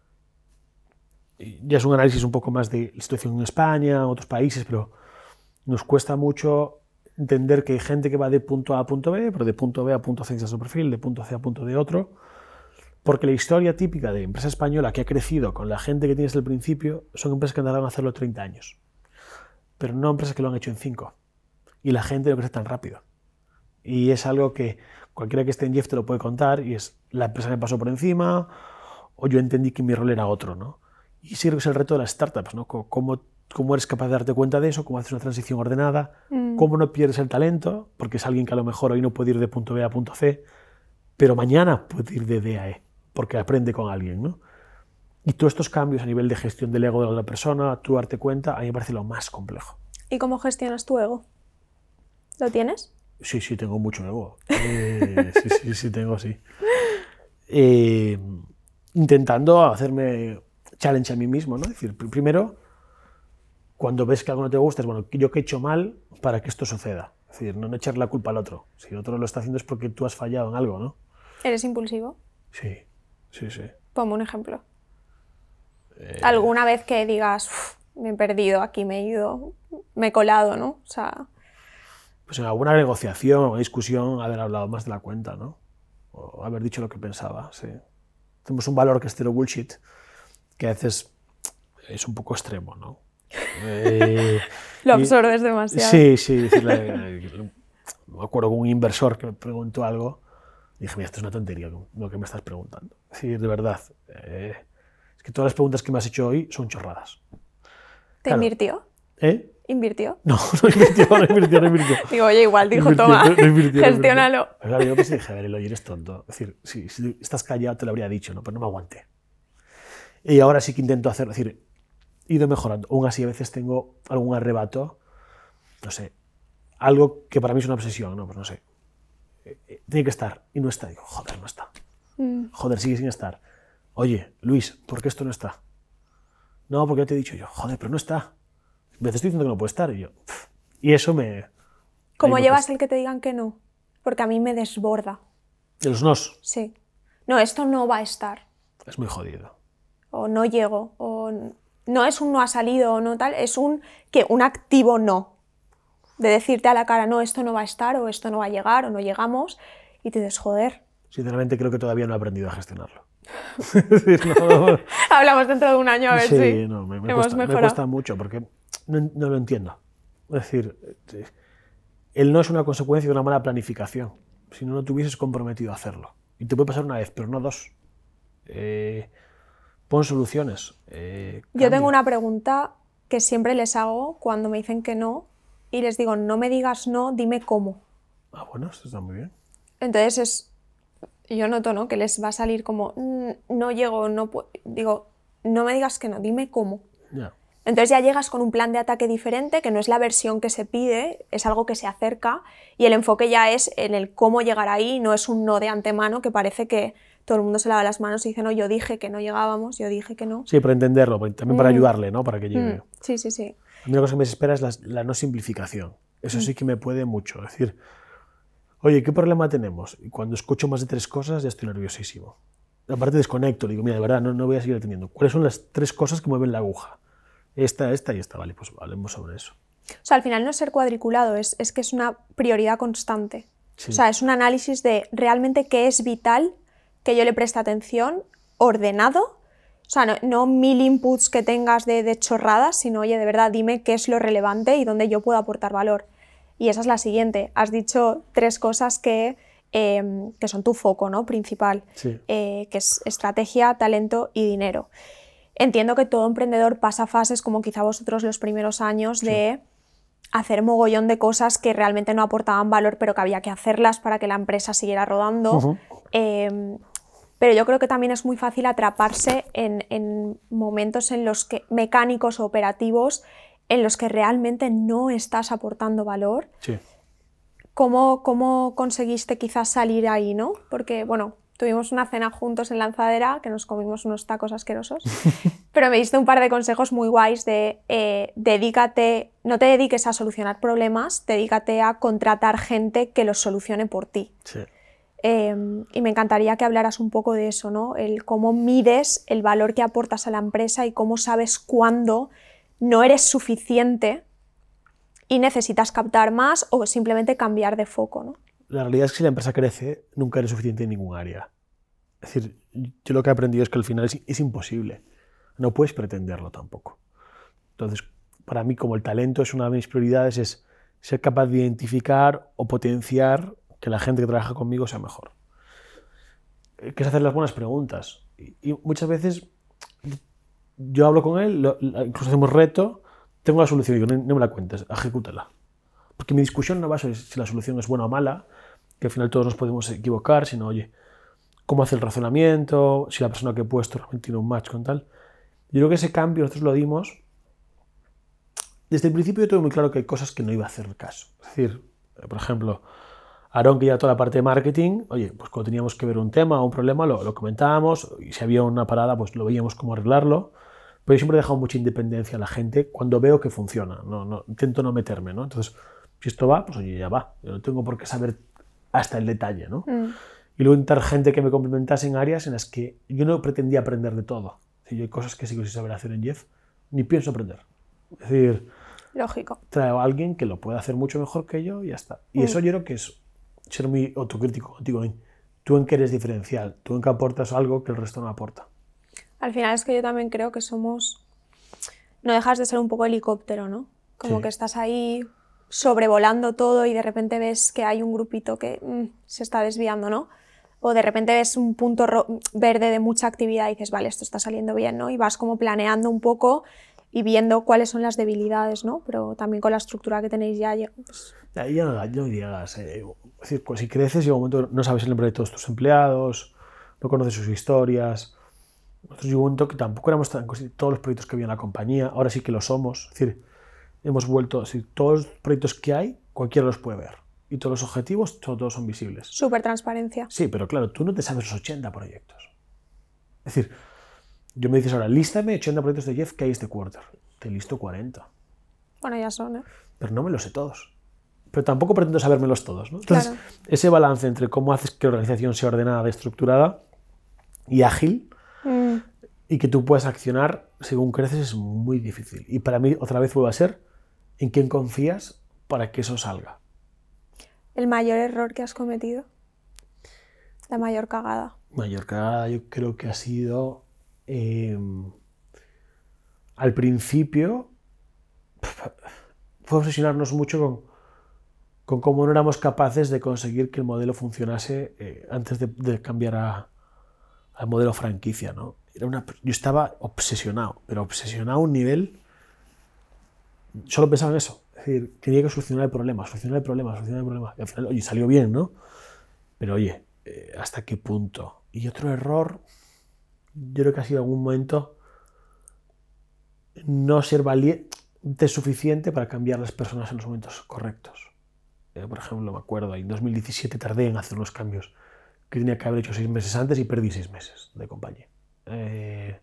S2: ya es un análisis un poco más de la situación en España, en otros países, pero nos cuesta mucho entender que hay gente que va de punto A a punto B, pero de punto B a punto C en su perfil, de punto C a punto D otro, porque la historia típica de empresa española que ha crecido con la gente que tiene desde el principio son empresas que andarán a hacerlo treinta años, pero no empresas que lo han hecho en cinco. Y la gente no crece tan rápido. Y es algo que cualquiera que esté en Jeff te lo puede contar, y es la empresa me pasó por encima, o yo entendí que mi rol era otro, ¿no? Y sí creo que es el reto de las startups, ¿no? Cómo, cómo eres capaz de darte cuenta de eso, cómo haces una transición ordenada, mm. cómo no pierdes el talento, porque es alguien que a lo mejor hoy no puede ir de punto B a punto C, pero mañana puede ir de D a E, porque aprende con alguien, ¿no? Y todos estos cambios a nivel de gestión del ego de la otra persona, tú darte cuenta, a mí me parece lo más complejo.
S1: ¿Y cómo gestionas tu ego? ¿Lo tienes?
S2: Sí, sí, tengo mucho ego. Eh, sí, sí, sí, tengo, sí. Eh, intentando hacerme challenge a mí mismo, ¿no? Es decir, primero, cuando ves que algo no te gusta, es bueno, yo qué he hecho mal para que esto suceda. Es decir, no, no echar la culpa al otro. Si el otro lo está haciendo es porque tú has fallado en algo, ¿no?
S1: ¿Eres impulsivo?
S2: Sí, sí, sí.
S1: Ponme un ejemplo. Eh... ¿Alguna vez que digas, me he perdido, aquí me he ido, me he colado, ¿no? O sea...
S2: Pues en alguna negociación o discusión haber hablado más de la cuenta, ¿no? O haber dicho lo que pensaba, sí. Tenemos un valor que es cero bullshit, que a veces es un poco extremo, ¿no? Eh,
S1: lo absorbes demasiado.
S2: Sí, sí. Decirle, me acuerdo con un inversor que me preguntó algo y dije, mira, esto es una tontería lo que me estás preguntando. Sí, de verdad. Eh, es que todas las preguntas que me has hecho hoy son chorradas.
S1: ¿Te claro. invirtió?
S2: ¿Eh?
S1: ¿Invirtió?
S2: No, no invirtió, no invirtió, no invirtió.
S1: Digo, oye, igual dijo,
S2: invirtió,
S1: toma,
S2: no, no invirtió,
S1: gestiónalo.
S2: No claro, yo pensé, dije, a ver, oye, eres tonto. Es decir, si, si estás callado te lo habría dicho, ¿no? Pero no me aguanté. Y ahora sí que intento hacerlo, es decir, he ido mejorando. Aún así, a veces tengo algún arrebato, no sé, algo que para mí es una obsesión, ¿no? Pues no sé, tiene que estar y no está. Digo, joder, no está. Mm. Joder, sigue sin estar. Oye, Luis, ¿por qué esto no está? No, porque ya te he dicho yo, joder, pero no está. Me estoy diciendo que no puede estar y yo... Pff, y eso me...
S1: ¿Cómo me llevas cuesta. El que te digan que no? Porque a mí me desborda.
S2: ¿De los nos?
S1: Sí. No, esto no va a estar.
S2: Es muy jodido.
S1: O no llego, o no es un no ha salido o no tal, es un, que un activo no. De decirte a la cara, no, esto no va a estar, o esto no va a llegar, o no llegamos, y te dices, joder.
S2: Sinceramente creo que todavía no he aprendido a gestionarlo. no, no.
S1: Hablamos dentro de un año a ver
S2: sí,
S1: si
S2: no, me, me
S1: hemos
S2: cuesta,
S1: mejorado.
S2: Me cuesta mucho porque no, no lo entiendo. Es decir, el no es una consecuencia de una mala planificación. Si no, no te hubieses comprometido a hacerlo. Y te puede pasar una vez, pero no dos. Eh, pon soluciones. Eh,
S1: Yo tengo una pregunta que siempre les hago cuando me dicen que no, y les digo, no me digas no, dime cómo.
S2: Ah, bueno, esto está muy bien.
S1: Entonces es, yo noto, ¿no?, que les va a salir como, no llego, no puedo, digo, no me digas que no, dime cómo.
S2: Ya.
S1: Entonces ya llegas con un plan de ataque diferente, que no es la versión que se pide, es algo que se acerca, y el enfoque ya es en el cómo llegar ahí, no es un no de antemano, que parece que todo el mundo se lava las manos y dice, no, yo dije que no llegábamos, yo dije que no.
S2: Sí, para entenderlo, también para
S1: Mm.
S2: ayudarle, ¿no?, para que llegue.
S1: Mm. Sí, sí, sí.
S2: A mí lo que me desespera es la, la no simplificación. Eso sí que me puede mucho. Es decir, oye, ¿qué problema tenemos? Y cuando escucho más de tres cosas ya estoy nerviosísimo. Aparte desconecto, digo, mira, de verdad, no, no voy a seguir atendiendo. ¿Cuáles son las tres cosas que mueven la aguja? Esta, esta y esta. Vale, pues hablemos sobre eso.
S1: O sea, al final no es ser cuadriculado, es, es que es una prioridad constante.
S2: Sí.
S1: O sea, es un análisis de realmente qué es vital que yo le preste atención, ordenado. O sea, no, no mil inputs que tengas de, de chorradas, sino, oye, de verdad, dime qué es lo relevante y dónde yo puedo aportar valor. Y esa es la siguiente. Has dicho tres cosas que, eh, que son tu foco, ¿no?, principal,
S2: Sí.
S1: eh, que es estrategia, talento y dinero. Entiendo que todo emprendedor pasa fases, como quizá vosotros los primeros años, de hacer mogollón de cosas que realmente no aportaban valor, pero que había que hacerlas para que la empresa siguiera rodando.
S2: Uh-huh.
S1: Eh, pero yo creo que también es muy fácil atraparse en, en momentos en los que, mecánicos o operativos, en los que realmente no estás aportando valor.
S2: Sí.
S1: ¿Cómo, cómo conseguiste quizás salir ahí, no? Porque, bueno, tuvimos una cena juntos en Lanzadera, que nos comimos unos tacos asquerosos, pero me diste un par de consejos muy guays de eh, dedícate, no te dediques a solucionar problemas, dedícate a contratar gente que los solucione por ti.
S2: Sí.
S1: Eh, y me encantaría que hablaras un poco de eso, ¿no? El cómo mides el valor que aportas a la empresa y cómo sabes cuándo no eres suficiente y necesitas captar más o simplemente cambiar de foco, ¿no?
S2: La realidad es que si la empresa crece, nunca eres suficiente en ningún área. Es decir, yo lo que he aprendido es que al final es, es imposible. No puedes pretenderlo tampoco. Entonces, para mí, como el talento es una de mis prioridades, es ser capaz de identificar o potenciar que la gente que trabaja conmigo sea mejor. Que es hacer las buenas preguntas. Y, y muchas veces yo hablo con él, lo, incluso hacemos reto, tengo la solución y digo, no, no me la cuentes, ejecútala. Porque mi discusión no va sobre si la solución es buena o mala, que al final todos nos podemos equivocar, sino, oye, cómo hace el razonamiento, si la persona que he puesto realmente tiene un match con tal. Yo creo que ese cambio nosotros lo dimos. Desde el principio yo tuve muy claro que hay cosas que no iba a hacer caso. Es decir, por ejemplo, Aarón, que lleva toda la parte de marketing, oye, pues cuando teníamos que ver un tema o un problema lo, lo comentábamos, y si había una parada pues lo veíamos cómo arreglarlo, pero yo siempre he dejado mucha independencia a la gente cuando veo que funciona, no, no, intento no meterme, ¿no? Entonces, si esto va, pues oye, ya va, yo no tengo por qué saber hasta el detalle, ¿no? Mm. Y luego intentar gente que me complementase en áreas en las que yo no pretendía aprender de todo. Es decir, yo hay cosas que sigo sin saber hacer en Jeff, ni pienso aprender. Es decir,
S1: lógico.
S2: Traigo a alguien que lo pueda hacer mucho mejor que yo y ya está. Y mm. eso yo creo que es ser muy autocrítico contigo. Tú en qué eres diferencial, tú en qué aportas algo que el resto no aporta.
S1: Al final es que yo también creo que somos... No dejas de ser un poco helicóptero, ¿no? Como sí. que estás ahí sobrevolando todo y de repente ves que hay un grupito que mmm, se está desviando, ¿no? O de repente ves un punto verde de mucha actividad y dices, vale, esto está saliendo bien, ¿no? Y vas como planeando un poco y viendo cuáles son las debilidades, ¿no? Pero también con la estructura que tenéis ya... Pues...
S2: Ya, ya no, no digas, eh, es decir, pues si creces llega un momento no sabes el nombre de todos tus empleados, no conoces sus historias. Nosotros llegó un momento que tampoco éramos tan conscientes de todos los proyectos que había en la compañía, ahora sí que lo somos. Es decir, hemos vuelto, es decir, todos los proyectos que hay, cualquiera los puede ver. Y todos los objetivos, todos son visibles.
S1: Súper transparencia.
S2: Sí, pero claro, tú no te sabes los ochenta proyectos. Es decir, yo me dices ahora, lístame ochenta proyectos de Jeff que hay este quarter. Te listo cuarenta.
S1: Bueno, ya son, ¿eh?
S2: Pero no me los sé todos. Pero tampoco pretendo sabérmelos todos, ¿no? Entonces,
S1: claro.
S2: Ese balance entre cómo haces que la organización sea ordenada, estructurada y ágil, mm. y que tú puedas accionar según creces es muy difícil. Y para mí, otra vez vuelve a ser en quién confías para que eso salga.
S1: ¿El mayor error que has cometido? La mayor cagada.
S2: Mayor cagada yo creo que ha sido... Eh, al principio fue obsesionarnos mucho con, con cómo no éramos capaces de conseguir que el modelo funcionase eh, antes de, de cambiar a, al modelo franquicia, ¿no? Era una, yo estaba obsesionado, pero obsesionado a un nivel... Solo pensaba en eso. Es Es decir, tenía que solucionar el problema, solucionar el problema, solucionar el problema. Y al final, oye, salió bien, ¿no? Pero oye, eh, ¿hasta qué punto? Y otro error, yo creo que ha sido en algún momento no ser valiente suficiente para cambiar las personas en los momentos correctos. Eh, por ejemplo, me acuerdo, en dos mil diecisiete tardé en hacer unos cambios que tenía que haber hecho seis meses antes y perdí seis meses de compañía. Eh,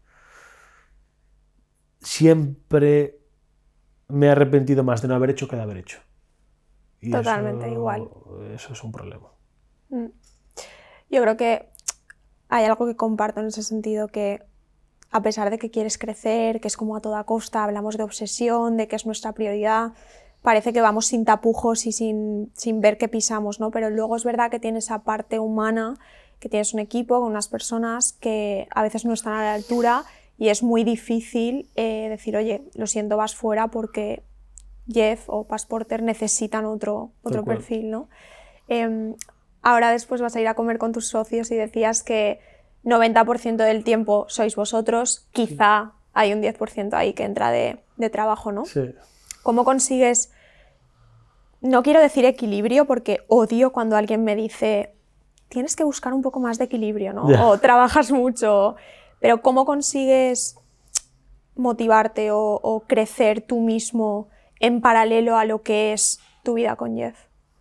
S2: siempre me he arrepentido más de no haber hecho que de haber hecho. Y
S1: Totalmente
S2: eso,
S1: igual.
S2: Eso es un problema.
S1: Mm. Yo creo que hay algo que comparto en ese sentido, que a pesar de que quieres crecer, que es como a toda costa, hablamos de obsesión, de que es nuestra prioridad, parece que vamos sin tapujos y sin, sin ver qué pisamos, ¿no? Pero luego es verdad que tienes esa parte humana, que tienes un equipo con unas personas que a veces no están a la altura y es muy difícil eh, decir, oye, lo siento, vas fuera porque Jeff o Passporter necesitan otro, otro perfil, ¿no? Eh, ahora después vas a ir a comer con tus socios y decías que noventa por ciento del tiempo sois vosotros, quizá sí. Hay un diez por ciento ahí que entra de, de trabajo, ¿no?
S2: Sí.
S1: ¿Cómo consigues, no quiero decir equilibrio porque odio cuando alguien me dice tienes que buscar un poco más de equilibrio, ¿no? Yeah. O trabajas mucho, pero ¿cómo consigues motivarte o, o crecer tú mismo en paralelo a lo que es tu vida con Jeff?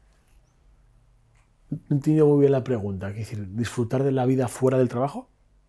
S2: No he entendido muy bien la pregunta. ¿Es decir, disfrutar de la vida fuera del trabajo?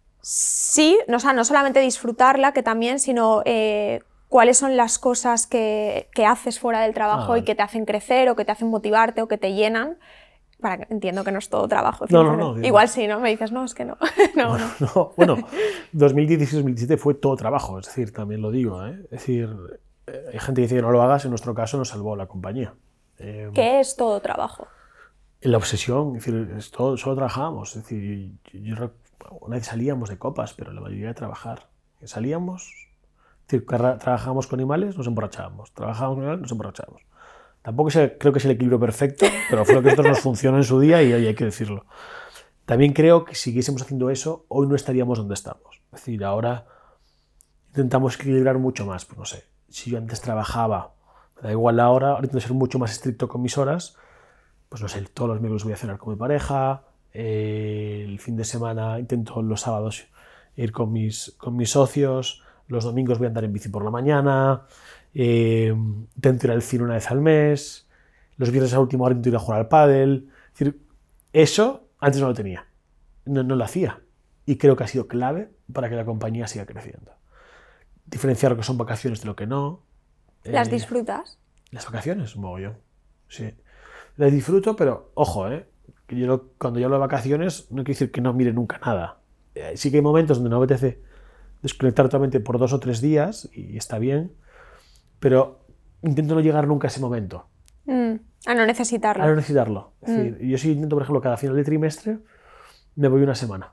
S1: Sí, no, o sea, no solamente disfrutarla, que también, sino eh, cuáles son las cosas que, que haces fuera del trabajo ah, y que te hacen crecer o que te hacen motivarte o que te llenan. Para que, entiendo que no es todo trabajo.
S2: No, no, no.
S1: Igual sí, ¿no? Me dices, no, es que no. no,
S2: bueno,
S1: no.
S2: no. Bueno, dos mil dieciséis dos mil diecisiete fue todo trabajo, es decir, también lo digo, ¿eh? Es decir, hay gente que dice que no lo hagas, en nuestro caso nos salvó la compañía.
S1: Eh, ¿Qué es todo trabajo?
S2: La obsesión, es decir, es todo, solo trabajábamos. Es decir, yo, yo, una vez salíamos de copas, pero la mayoría de trabajar. Salíamos, es decir, trabajábamos con animales, nos emborrachábamos. Trabajábamos con animales, nos emborrachábamos. Tampoco sé, creo que es el equilibrio perfecto, pero fue lo que a nosotros nos funcionó en su día y hoy hay que decirlo. También creo que si siguiésemos haciendo eso, hoy no estaríamos donde estamos. Es decir, ahora intentamos equilibrar mucho más. Pues no sé, si yo antes trabajaba, me da igual la hora, ahora intento ser mucho más estricto con mis horas. Pues no sé, todos los miércoles voy a cenar con mi pareja, eh, el fin de semana intento los sábados ir con mis, con mis socios, los domingos voy a andar en bici por la mañana, eh, intento ir al cine una vez al mes, los viernes a última hora intento ir a jugar al pádel. Es decir, eso antes no lo tenía, no, no lo hacía y creo que ha sido clave para que la compañía siga creciendo. Diferenciar lo que son vacaciones de lo que no.
S1: ¿Las
S2: eh,
S1: disfrutas?
S2: Las vacaciones, un mogollón, sí. Las disfruto, pero ojo, ¿eh? Que yo lo, cuando yo hablo de vacaciones no quiero decir que no mire nunca nada. Eh, sí que hay momentos donde no me apetece desconectar totalmente por dos o tres días y está bien, pero intento no llegar nunca a ese momento.
S1: Mm, a no necesitarlo.
S2: A no necesitarlo. Es mm. decir, yo sí intento, por ejemplo, cada final de trimestre me voy una semana.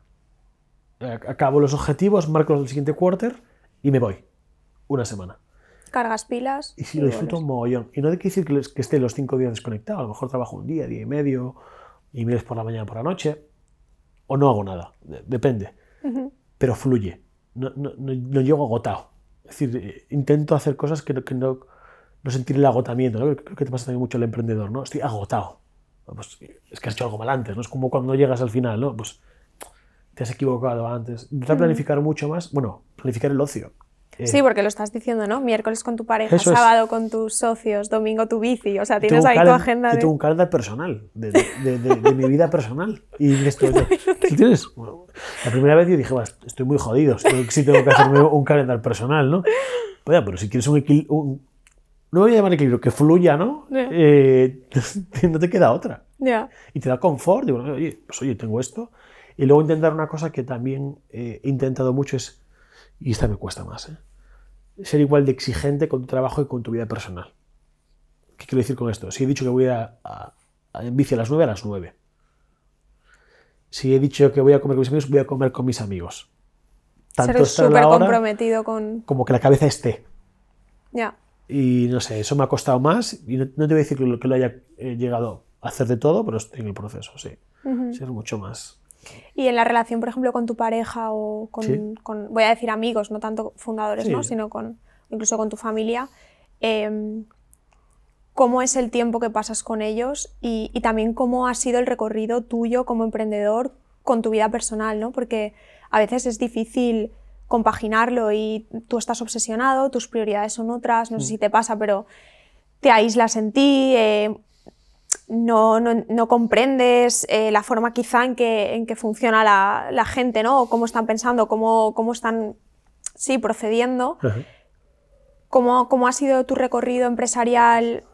S2: Acabo los objetivos, marco el siguiente quarter y me voy. Una semana.
S1: Cargas pilas.
S2: Y sí, lo disfruto un mogollón. Y no hay que decir que, que esté los cinco días desconectado. A lo mejor trabajo un día, día y medio, y emails por la mañana, por la noche, o no hago nada. Depende. Uh-huh. Pero fluye. No, no, no, no llego agotado. Es decir, intento hacer cosas que no, que no, no sentir el agotamiento, ¿no? Creo que te pasa también mucho el emprendedor, ¿no? Estoy agotado. Pues es que has hecho algo mal antes, ¿no? Es como cuando llegas al final, ¿no? Pues te has equivocado antes. Intentar uh-huh. planificar mucho más. Bueno, planificar el ocio.
S1: Sí, porque lo estás diciendo, ¿no? Miércoles con tu pareja, eso sábado es. Con tus socios, domingo tu bici, o sea, tienes ahí tu agenda de...
S2: Yo tengo un calendar personal, de, de, de, de, de mi vida personal. Y esto, yo, ¿sí tienes? Bueno, la primera vez yo dije, bueno, estoy muy jodido, sí tengo que hacerme un calendar personal, ¿no? Pues ya, pero si quieres un equilibrio, un, no voy a llamar equilibrio, que fluya, ¿no? Yeah. Eh, no te queda otra.
S1: Yeah.
S2: Y te da confort, digo, oye, pues oye, tengo esto. Y luego intentar una cosa que también eh, he intentado mucho es, y esta me cuesta más, ¿eh? Ser igual de exigente con tu trabajo y con tu vida personal. ¿Qué quiero decir con esto? Si he dicho que voy a, a, a en bici a las nueve, a las nueve. Si he dicho que voy a comer con mis amigos, voy a comer con mis amigos.
S1: Tanto ser súper comprometido con...
S2: Como que la cabeza esté.
S1: Ya.
S2: Y no sé, eso me ha costado más. Y no, no te voy a decir que lo, que lo haya eh, llegado a hacer de todo, pero estoy en el proceso, sí. Uh-huh. Ser mucho más...
S1: Y en la relación, por ejemplo, con tu pareja o con,
S2: ¿sí?
S1: con voy a decir amigos, no tanto fundadores,
S2: sí.
S1: ¿no? Sino con, incluso con tu familia, eh, cómo es el tiempo que pasas con ellos y, y también cómo ha sido el recorrido tuyo como emprendedor con tu vida personal, ¿no? Porque a veces es difícil compaginarlo y tú estás obsesionado, tus prioridades son otras, no sé si te pasa, pero te aíslas en ti, eh, no, no, no comprendes eh, la forma quizá en que, en que funciona la, la gente, ¿no? O cómo están pensando, cómo, cómo están sí, procediendo. Uh-huh. ¿Cómo, ¿Cómo ha sido tu recorrido empresarial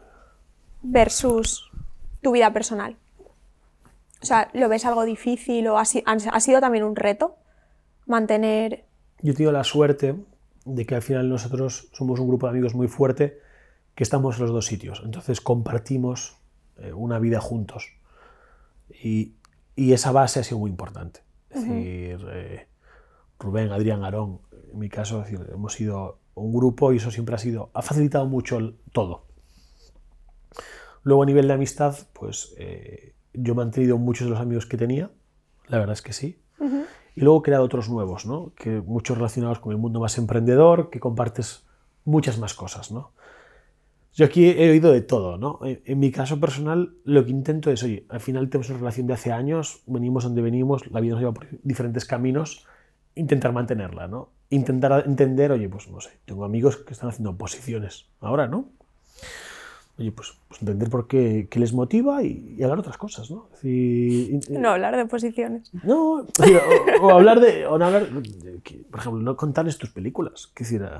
S1: versus tu vida personal? O sea, ¿lo ves algo difícil o ha, ha sido también un reto mantener...?
S2: Yo he tenido la suerte de que al final nosotros somos un grupo de amigos muy fuerte que estamos en los dos sitios, entonces compartimos eh, una vida juntos y, y esa base ha sido muy importante. Es uh-huh. decir, eh, Rubén, Adrián, Aarón, en mi caso, es decir, hemos sido un grupo y eso siempre ha sido, ha facilitado mucho el, todo. Luego a nivel de amistad, pues eh, yo he mantenido muchos de los amigos que tenía, la verdad es que sí. Uh-huh. Y luego he creado otros nuevos, ¿no? Que muchos relacionados con el mundo más emprendedor, que compartes muchas más cosas, ¿no? Yo aquí he oído de todo, ¿no? En, en mi caso personal, lo que intento es, oye, al final tenemos una relación de hace años, venimos donde venimos, la vida nos lleva por diferentes caminos, intentar mantenerla, ¿no? Intentar entender, oye, pues no sé, tengo amigos que están haciendo posiciones ahora, ¿no? Oye, pues, pues entender por qué, qué les motiva y, y hablar otras cosas, ¿no? Es decir,
S1: no hablar de posiciones.
S2: No, es decir, o, o hablar de, o no hablar, de, que, por ejemplo, no contarles tus películas. Es decir,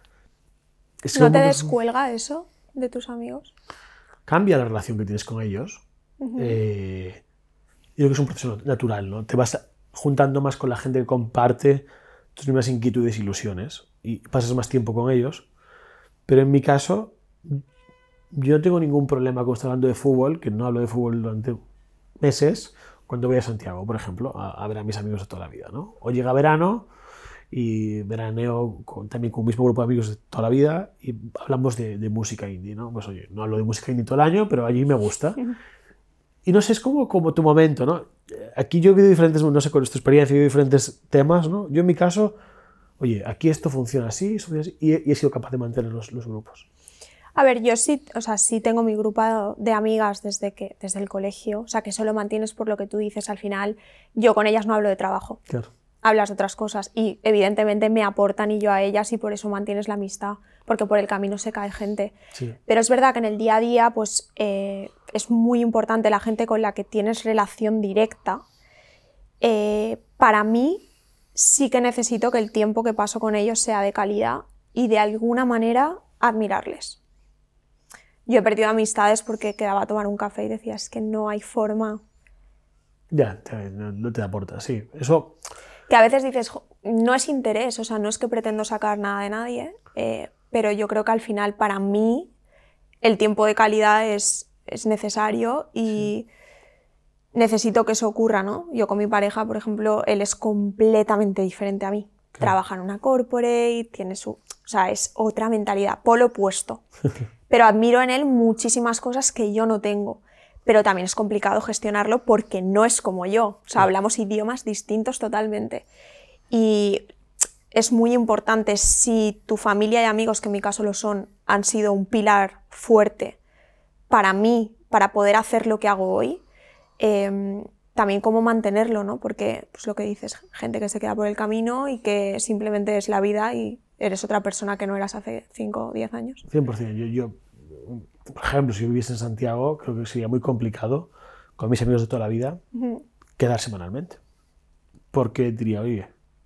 S2: es
S1: ¿No te descuelga eso de tus amigos?
S2: Cambia la relación que tienes con ellos. Uh-huh. eh, yo creo que es un proceso natural, ¿no? Te vas juntando más con la gente que comparte tus mismas inquietudes e ilusiones y pasas más tiempo con ellos. Pero en mi caso, yo no tengo ningún problema con estar hablando de fútbol, que no hablo de fútbol durante meses, cuando voy a Santiago, por ejemplo, a, a ver a mis amigos de toda la vida, ¿no? O llega verano y veraneo con, también con un mismo grupo de amigos de toda la vida y hablamos de, de música indie, ¿no? Pues oye, no hablo de música indie todo el año, pero allí me gusta. Y no sé, es como, como tu momento, ¿no? Aquí yo he vivido diferentes, no sé, con esta experiencia he vivido diferentes temas, ¿no? Yo en mi caso, oye, aquí esto funciona así, esto funciona así y, y he sido capaz de mantener los, los grupos.
S1: A ver, yo sí, o sea, sí tengo mi grupo de amigas desde, que, desde el colegio, o sea, que eso lo mantienes por lo que tú dices al final. Yo con ellas no hablo de trabajo,
S2: claro.
S1: Hablas de otras cosas y evidentemente me aportan y yo a ellas y por eso mantienes la amistad, porque por el camino se cae gente.
S2: Sí.
S1: Pero es verdad que en el día a día pues, eh, es muy importante la gente con la que tienes relación directa. Eh, para mí sí que necesito que el tiempo que paso con ellos sea de calidad y de alguna manera admirarles. Yo he perdido amistades porque quedaba a tomar un café y decía, es que no hay forma.
S2: Ya, te, no, no te aporta, sí. Eso...
S1: Que a veces dices, no es interés, o sea, no es que pretendo sacar nada de nadie, eh, pero yo creo que al final para mí el tiempo de calidad es, es necesario y sí. Necesito que eso ocurra, ¿no? Yo con mi pareja, por ejemplo, él es completamente diferente a mí. Claro. Trabaja en una corporate, tiene su... O sea, es otra mentalidad, polo opuesto. Pero admiro en él muchísimas cosas que yo no tengo. Pero también es complicado gestionarlo porque no es como yo. O sea, hablamos idiomas distintos totalmente. Y es muy importante, si tu familia y amigos, que en mi caso lo son, han sido un pilar fuerte para mí, para poder hacer lo que hago hoy, eh, también cómo mantenerlo, ¿no? Porque, pues lo que dices, gente que se queda por el camino y que simplemente es la vida y eres otra persona que no eras hace cinco o diez años.
S2: cien por ciento. Yo... yo... Por ejemplo, si yo viviese en Santiago, creo que sería muy complicado con mis amigos de toda la vida uh-huh. quedar semanalmente. Porque diría, oye,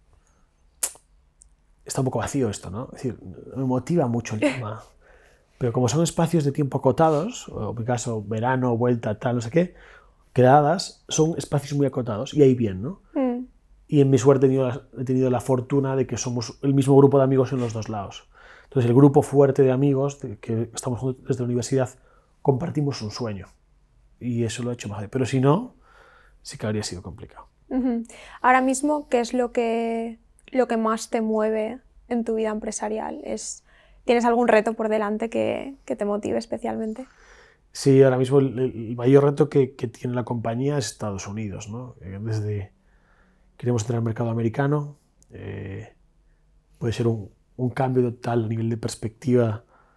S2: está un poco vacío esto, ¿no? Es decir, me motiva mucho el tema. Pero como son espacios de tiempo acotados, o en mi caso, verano, vuelta, tal, no sé qué, quedadas, son espacios muy acotados y ahí bien, ¿no? Uh-huh. Y en mi suerte he tenido, la, he tenido la fortuna de que somos el mismo grupo de amigos en los dos lados. Entonces, el grupo fuerte de amigos de que estamos juntos desde la universidad compartimos un sueño. Y eso lo he hecho más. Pero si no, sí que habría sido complicado.
S1: Uh-huh. Ahora mismo, ¿qué es lo que, lo que más te mueve en tu vida empresarial? ¿Es, ¿Tienes algún reto por delante que, que te motive especialmente?
S2: Sí, ahora mismo el, el mayor reto que, que tiene la compañía es Estados Unidos, ¿no? Desde, queremos entrar al mercado americano. Eh, puede ser un... un cambio total a nivel de perspectiva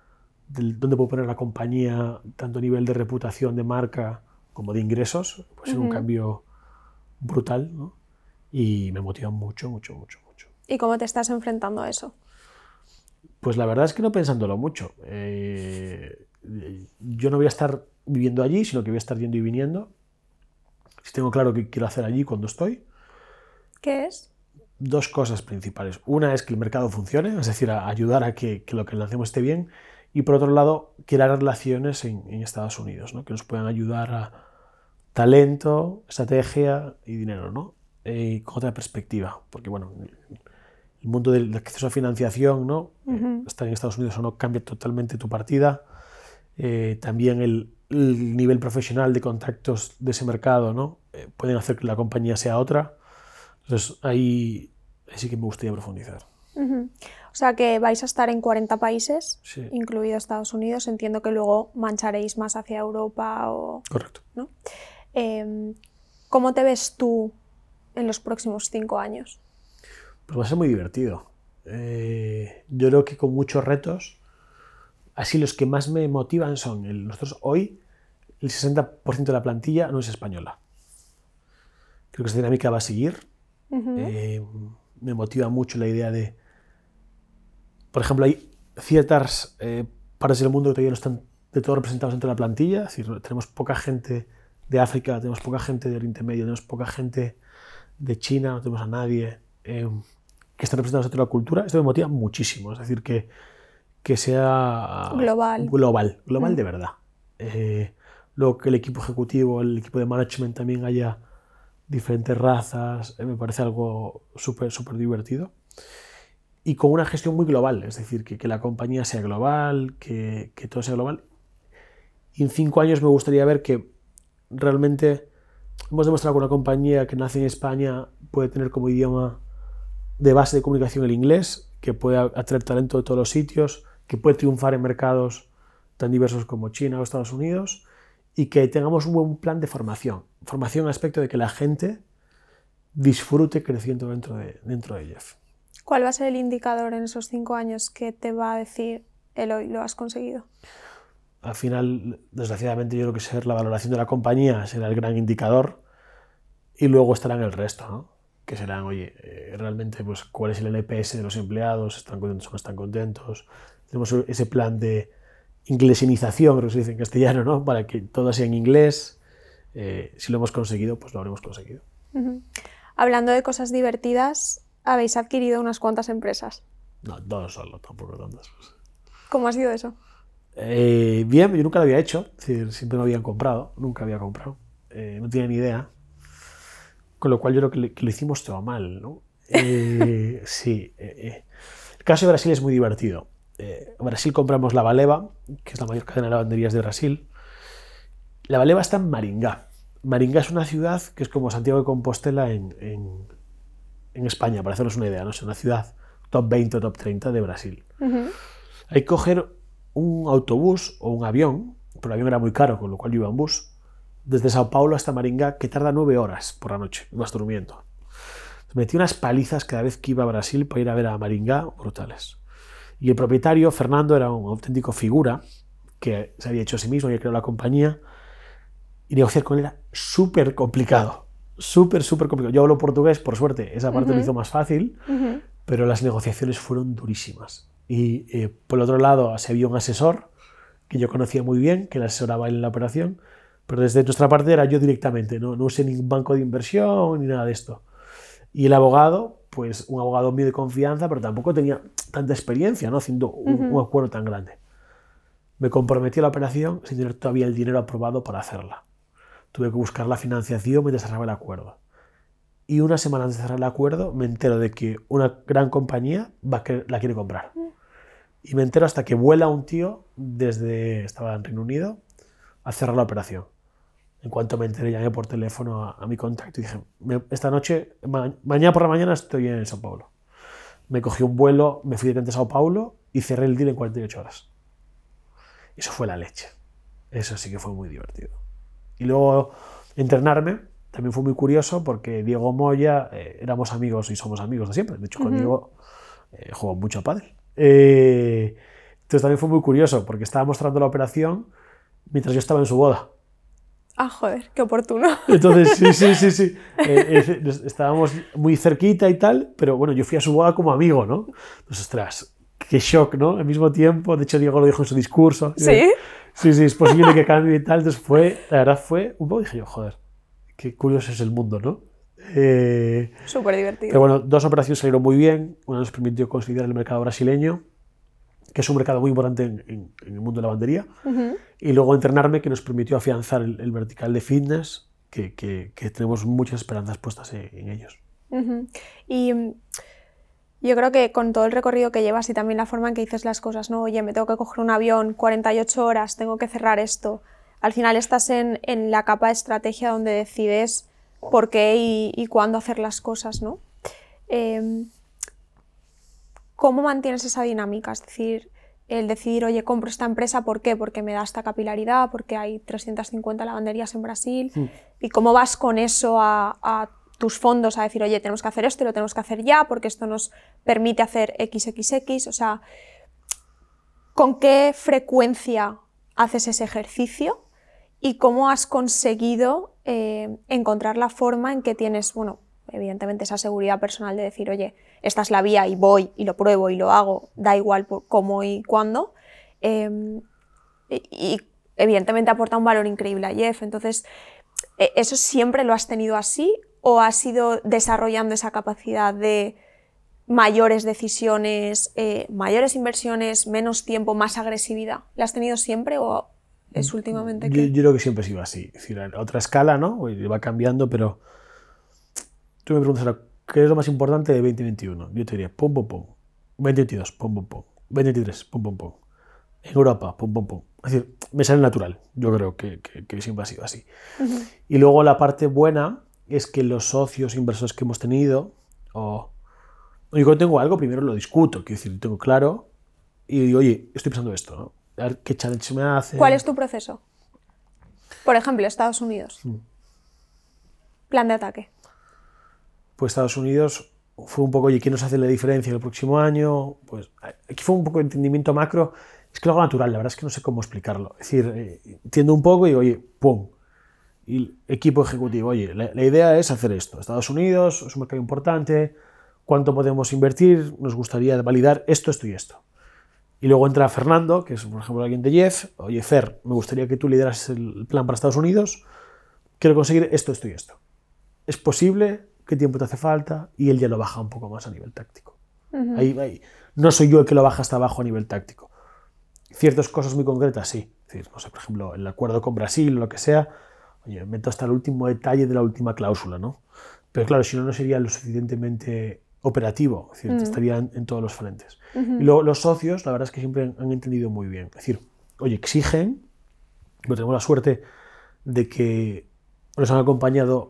S2: de dónde puedo poner la compañía, tanto a nivel de reputación, de marca, como de ingresos. Puede ser uh-huh. un cambio brutal, ¿no? Y me motiva mucho, mucho, mucho, mucho.
S1: ¿Y cómo te estás enfrentando a eso?
S2: Pues la verdad es que no pensándolo mucho. Eh, yo no voy a estar viviendo allí, sino que voy a estar yendo y viniendo. Si tengo claro qué quiero hacer allí cuando estoy.
S1: ¿Qué es?
S2: Dos cosas principales. Una es que el mercado funcione, es decir, a ayudar a que, que lo que lancemos esté bien. Y por otro lado, crear relaciones en, en Estados Unidos, ¿no? Que nos puedan ayudar a talento, estrategia y dinero, ¿no? Eh, con otra perspectiva. Porque, bueno, el mundo del acceso a financiación, ¿no? Uh-huh. Estar en Estados Unidos o no cambia totalmente tu partida. Eh, también el, el nivel profesional de contactos de ese mercado, ¿no? Eh, pueden hacer que la compañía sea otra. Entonces, ahí, ahí sí que me gustaría profundizar.
S1: Uh-huh. O sea que vais a estar en cuarenta países,
S2: sí.
S1: incluido Estados Unidos. Entiendo que luego mancharéis más hacia Europa o...
S2: Correcto.
S1: ¿no? Eh, ¿Cómo te ves tú en los próximos cinco años?
S2: Pues va a ser muy divertido. Eh, yo creo que con muchos retos. Así los que más me motivan son, el, nosotros hoy, el sesenta por ciento de la plantilla no es española. Creo que esa dinámica va a seguir. Uh-huh. Eh, me motiva mucho la idea de, por ejemplo, hay ciertas eh, partes del mundo que todavía no están de todo representados dentro de la plantilla. Es decir, tenemos poca gente de África, tenemos poca gente de Oriente Medio, tenemos poca gente de China, no tenemos a nadie eh, que esté representado dentro de la cultura. Esto me motiva muchísimo. Es decir, que, que sea
S1: global,
S2: global, global uh-huh. de verdad. Eh, luego que el equipo ejecutivo, el equipo de management también haya diferentes razas, eh, me parece algo súper, súper divertido. Y con una gestión muy global, es decir, que, que la compañía sea global, que, que todo sea global. Y en cinco años me gustaría ver que realmente hemos demostrado que una compañía que nace en España puede tener como idioma de base de comunicación el inglés, que puede atraer talento de todos los sitios, que puede triunfar en mercados tan diversos como China o Estados Unidos, y que tengamos un buen plan de formación. Formación en el aspecto de que la gente disfrute creciendo dentro de, dentro de Jeff.
S1: ¿Cuál va a ser el indicador en esos cinco años que te va a decir, Eloy, lo has conseguido?
S2: Al final, desgraciadamente, yo creo que ser la valoración de la compañía será el gran indicador y luego estarán el resto, ¿no? Que serán, oye, eh, realmente, pues, cuál es el N P S de los empleados, están contentos o no están contentos. Tenemos ese plan de inglesinización, creo que se dice en castellano, ¿no? Para que todo sea en inglés. Eh, si lo hemos conseguido, pues lo habremos conseguido.
S1: Uh-huh. Hablando de cosas divertidas, habéis adquirido unas cuantas empresas.
S2: No, dos solo, tampoco tantas.
S1: ¿Cómo ha sido eso?
S2: Eh, bien, yo nunca lo había hecho, es decir, siempre me habían comprado, nunca había comprado, eh, no tenía ni idea, con lo cual yo creo que, le, que lo hicimos todo mal, ¿no? Eh, sí, eh, eh. El caso de Brasil es muy divertido. Eh, en Brasil compramos La Valeva, que es la mayor cadena de lavanderías de Brasil. La Valeva está en Maringá. Maringá es una ciudad que es como Santiago de Compostela en, en, en España, para hacernos una idea, ¿no? Es una ciudad top veinte o top treinta de Brasil. Uh-huh. Hay que coger un autobús o un avión, pero el avión era muy caro, con lo cual yo iba en bus, desde Sao Paulo hasta Maringá, que tarda nueve horas por la noche, vas durmiendo. Metí unas palizas cada vez que iba a Brasil para ir a ver a Maringá, brutales. Y el propietario, Fernando, era un auténtico figura, que se había hecho a sí mismo, había creado la compañía, y negociar con él era súper complicado, súper, súper complicado. Yo hablo portugués, por suerte, esa parte uh-huh. lo hizo más fácil, uh-huh. pero las negociaciones fueron durísimas. Y eh, por el otro lado, se había un asesor que yo conocía muy bien, que le asesoraba en la operación, pero desde nuestra parte era yo directamente, no, no usé ningún banco de inversión ni nada de esto. Y el abogado, pues un abogado mío de confianza, pero tampoco tenía tanta experiencia, ¿no? Haciendo un, uh-huh. un acuerdo tan grande. Me comprometí a la operación sin tener todavía el dinero aprobado para hacerla. Tuve que buscar la financiación mientras cerraba el acuerdo. Y una semana antes de cerrar el acuerdo me entero de que una gran compañía va a que, la quiere comprar. Y me entero hasta que vuela un tío desde, estaba en Reino Unido, a cerrar la operación. En cuanto me enteré, llamé por teléfono a, a mi contacto y dije, esta noche, ma mañana por la mañana estoy en Sao Paulo. Me cogí un vuelo, me fui directamente a Sao Paulo y cerré el deal en cuarenta y ocho horas. Eso fue la leche. Eso sí que fue muy divertido. Y luego, entrenarme también fue muy curioso porque Diego Moya, eh, éramos amigos y somos amigos de siempre. De hecho, uh-huh. con Diego eh, juego mucho a pádel. Eh, Entonces también fue muy curioso, porque estaba mostrando la operación mientras yo estaba en su boda.
S1: Ah, joder, qué oportuno.
S2: Entonces, sí, sí, sí, sí. Eh, eh, estábamos muy cerquita y tal, pero bueno, yo fui a su boda como amigo, ¿no? Pues, ostras, qué shock, ¿no? Al mismo tiempo, de hecho, Diego lo dijo en su discurso.
S1: ¿Sí?
S2: Sí, sí, es posible que cambie y tal. Entonces fue, la verdad fue, un poco dije yo, joder, qué curioso es el mundo, ¿no? Eh,
S1: Súper divertido.
S2: Pero bueno, dos operaciones salieron muy bien. Una nos permitió consolidar el mercado brasileño, que es un mercado muy importante en, en, en el mundo de la lavandería. Uh-huh. Y luego entrenarme, que nos permitió afianzar el, el vertical de fitness, que, que, que tenemos muchas esperanzas puestas en, en ellos.
S1: Uh-huh. Y yo creo que con todo el recorrido que llevas y también la forma en que dices las cosas, ¿no? Oye, me tengo que coger un avión, cuarenta y ocho horas, tengo que cerrar esto. Al final estás en, en la capa de estrategia donde decides por qué y, y cuándo hacer las cosas, ¿no? Eh, ¿Cómo mantienes esa dinámica? Es decir, el decidir, oye, compro esta empresa, ¿por qué? Porque me da esta capilaridad, porque hay trescientas cincuenta lavanderías en Brasil. Sí. ¿Y cómo vas con eso a, a tus fondos a decir, oye, tenemos que hacer esto y lo tenemos que hacer ya, porque esto nos permite hacer equis equis equis? O sea, ¿con qué frecuencia haces ese ejercicio? ¿Y cómo has conseguido eh, encontrar la forma en que tienes, bueno, evidentemente esa seguridad personal de decir, oye, esta es la vía y voy y lo pruebo y lo hago, da igual por cómo y cuándo, eh, y, y evidentemente aporta un valor increíble a Jeff? Entonces, ¿eso siempre lo has tenido así o has ido desarrollando esa capacidad de mayores decisiones, eh, mayores inversiones, menos tiempo, más agresividad? ¿La has tenido siempre o es últimamente que...?
S2: Yo, yo creo que siempre ha sido así. Es decir, a otra escala, ¿no? Va cambiando, pero tú me preguntas, ¿qué es lo más importante de veinte veintiuno? Yo te diría, pum, pum, pum. veinte veintidós, pum, pum, pum. veinte veintitrés, pum, pum, pum. En Europa, pum, pum, pum. Es decir, me sale natural. Yo creo que, que, que siempre ha sido así. Uh-huh. Y luego la parte buena es que los socios inversores que hemos tenido, o yo cuando tengo algo, primero lo discuto, quiero decir, lo tengo claro, y digo, oye, estoy pensando esto, ¿no? A ver qué challenge me hace.
S1: ¿Cuál es tu proceso? Por ejemplo, Estados Unidos. Hmm. Plan de ataque.
S2: Pues Estados Unidos fue un poco, oye, ¿qué nos hace la diferencia el próximo año? Pues aquí fue un poco de entendimiento macro. Es que lo hago natural, la verdad es que no sé cómo explicarlo. Es decir, eh, entiendo un poco y digo, oye, pum. Y equipo ejecutivo, oye, la, la idea es hacer esto. Estados Unidos es un mercado importante, ¿cuánto podemos invertir? Nos gustaría validar esto, esto y esto. Y luego entra Fernando, que es, por ejemplo, alguien de Jeff. Oye, Fer, me gustaría que tú liderases el plan para Estados Unidos. Quiero conseguir esto, esto y esto. ¿Es posible? ¿Qué tiempo te hace falta? Y él ya lo baja un poco más a nivel táctico. Uh-huh. Ahí, ahí. No soy yo el que lo baja hasta abajo a nivel táctico. Ciertas cosas muy concretas, sí. Es decir, no sé, por ejemplo, el acuerdo con Brasil o lo que sea, oye, me meto hasta el último detalle de la última cláusula, ¿no? Pero claro, si no, no sería lo suficientemente operativo, es decir, uh-huh. estaría en, en todos los frentes. Uh-huh. Y luego los socios, la verdad es que siempre han entendido muy bien. Es decir, oye, exigen, pero tenemos la suerte de que nos han acompañado,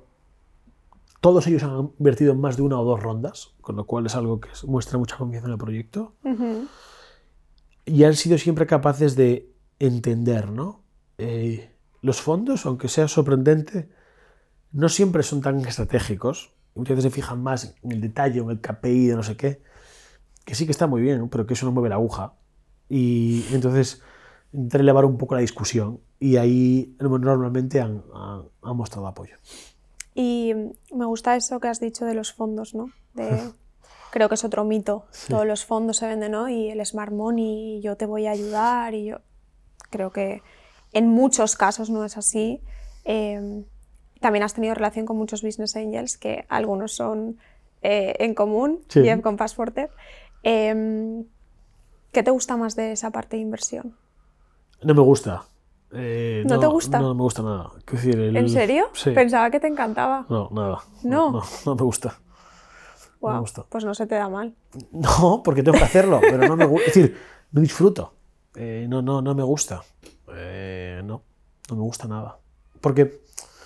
S2: todos ellos han invertido en más de una o dos rondas, con lo cual es algo que muestra mucha confianza en el proyecto. Uh-huh. Y han sido siempre capaces de entender, ¿no? Eh, los fondos, aunque sea sorprendente, no siempre son tan estratégicos. Muchas veces se fijan más en el detalle o en el K P I de no sé qué, que sí que está muy bien, pero que eso no mueve la aguja. Y entonces intentar elevar un poco la discusión y ahí normalmente han, han, han mostrado apoyo.
S1: Y me gusta eso que has dicho de los fondos, ¿no? De, creo que es otro mito. Sí. Todos los fondos se venden, ¿no? Y el smart money, y yo te voy a ayudar, y yo creo que en muchos casos no es así. Eh, También has tenido relación con muchos business angels, que algunos son eh, en común, sí. Jeff con Passporter. Eh, ¿Qué te gusta más de esa parte de inversión?
S2: No me gusta. Eh,
S1: ¿No,
S2: no
S1: te gusta?
S2: No, no me gusta nada. Quiero decir, el...
S1: ¿En serio?
S2: Sí.
S1: Pensaba que te encantaba.
S2: No, nada.
S1: ¿No?
S2: No, no me gusta.
S1: Wow,
S2: no me gusta.
S1: Pues no se te da mal.
S2: No, porque tengo que hacerlo, pero no me gusta. Es decir, no disfruto. Eh, no, no, no me gusta. Eh, no, no me gusta nada. Porque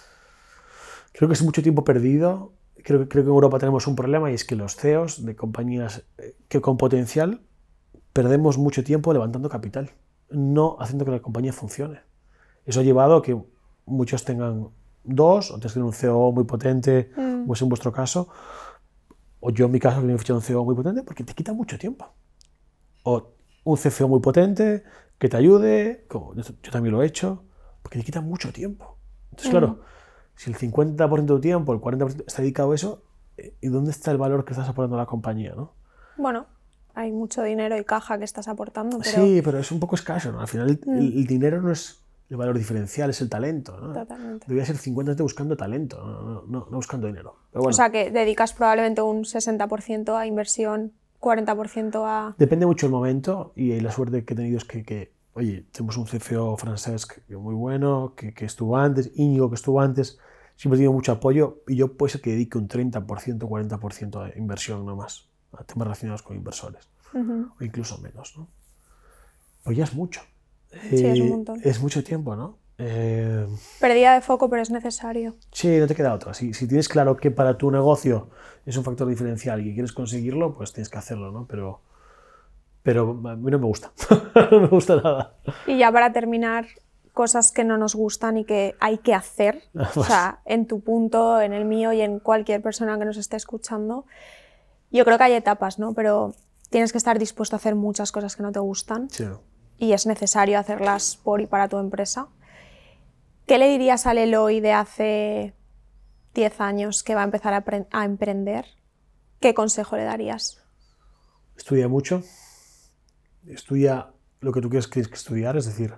S2: creo que es mucho tiempo perdido. Creo, creo que en Europa tenemos un problema y es que los C E Os de compañías que con potencial perdemos mucho tiempo levantando capital, no haciendo que la compañía funcione. Eso ha llevado a que muchos tengan dos, otros tienen un C E O muy potente, mm. como es en vuestro caso, o yo en mi caso que me he fichado un C E O muy potente, porque te quita mucho tiempo. O un C F O muy potente que te ayude, como yo, yo también lo he hecho, porque te quita mucho tiempo. Entonces, mm. claro, si el cincuenta por ciento de tu tiempo, el cuarenta por ciento está dedicado a eso, ¿y dónde está el valor que estás aportando a la compañía, no?
S1: Bueno, hay mucho dinero y caja que estás aportando, pero...
S2: Sí, pero es un poco escaso, ¿no? Al final el, mm. el, el dinero no es el valor diferencial, es el talento, ¿no?
S1: Totalmente.
S2: Debería ser cincuenta por ciento buscando talento, no, no, no buscando dinero. Pero bueno.
S1: O sea, que dedicas probablemente un sesenta por ciento a inversión, cuarenta por ciento a...
S2: Depende mucho del momento, y la suerte que he tenido es que, que oye, tenemos un C F O francés que, que muy bueno, que, que estuvo antes, Íñigo que estuvo antes, siempre he tenido mucho apoyo, y yo puede ser que dedique un treinta por ciento, cuarenta por ciento a inversión no más, a temas relacionados con inversores, uh-huh. o incluso menos, ¿no? Pues ya es mucho.
S1: Sí, eh, es un montón.
S2: Es mucho tiempo, ¿no? Eh...
S1: Pérdida de foco, pero es necesario.
S2: Sí, no te queda otra. Si, si tienes claro que para tu negocio es un factor diferencial y quieres conseguirlo, pues tienes que hacerlo, ¿no? Pero, pero a mí no me gusta. No me gusta nada.
S1: Y ya para terminar, cosas que no nos gustan y que hay que hacer, o sea, en tu punto, en el mío y en cualquier persona que nos esté escuchando. Yo creo que hay etapas, ¿no? Pero tienes que estar dispuesto a hacer muchas cosas que no te gustan.
S2: Sí.
S1: Y es necesario hacerlas por y para tu empresa. ¿Qué le dirías al Eloy de hace diez años que va a empezar a, a emprender? ¿Qué consejo le darías?
S2: Estudia mucho. Estudia lo que tú quieres que estudiar, es decir,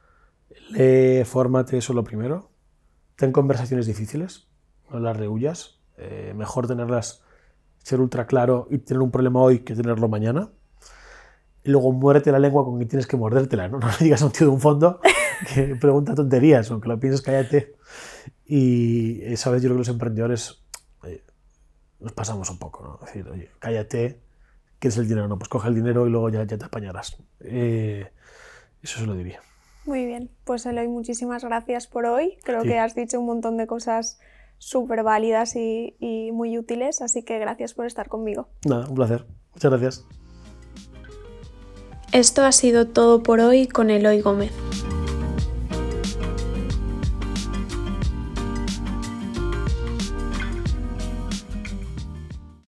S2: lee, fórmate, eso es lo primero. Ten conversaciones difíciles, no las rehuyas. Eh, mejor tenerlas, ser ultra claro y tener un problema hoy que tenerlo mañana. Y luego muérdete la lengua con que tienes que mordértela, ¿no? No le digas a un tío de un fondo que pregunta tonterías, aunque lo pienses, cállate. Y esa vez yo creo que los emprendedores oye, nos pasamos un poco, ¿no? Es decir, oye, cállate, ¿quieres el dinero? No, pues coge el dinero y luego ya, ya te apañarás. Eh, eso se lo diría.
S1: Muy bien, pues Eloy, muchísimas gracias por hoy. Creo
S2: sí.
S1: que has dicho un montón de cosas súper válidas y, y muy útiles, así que gracias por estar conmigo.
S2: Nada, un placer. Muchas gracias.
S1: Esto ha sido todo por hoy con Eloy Gómez.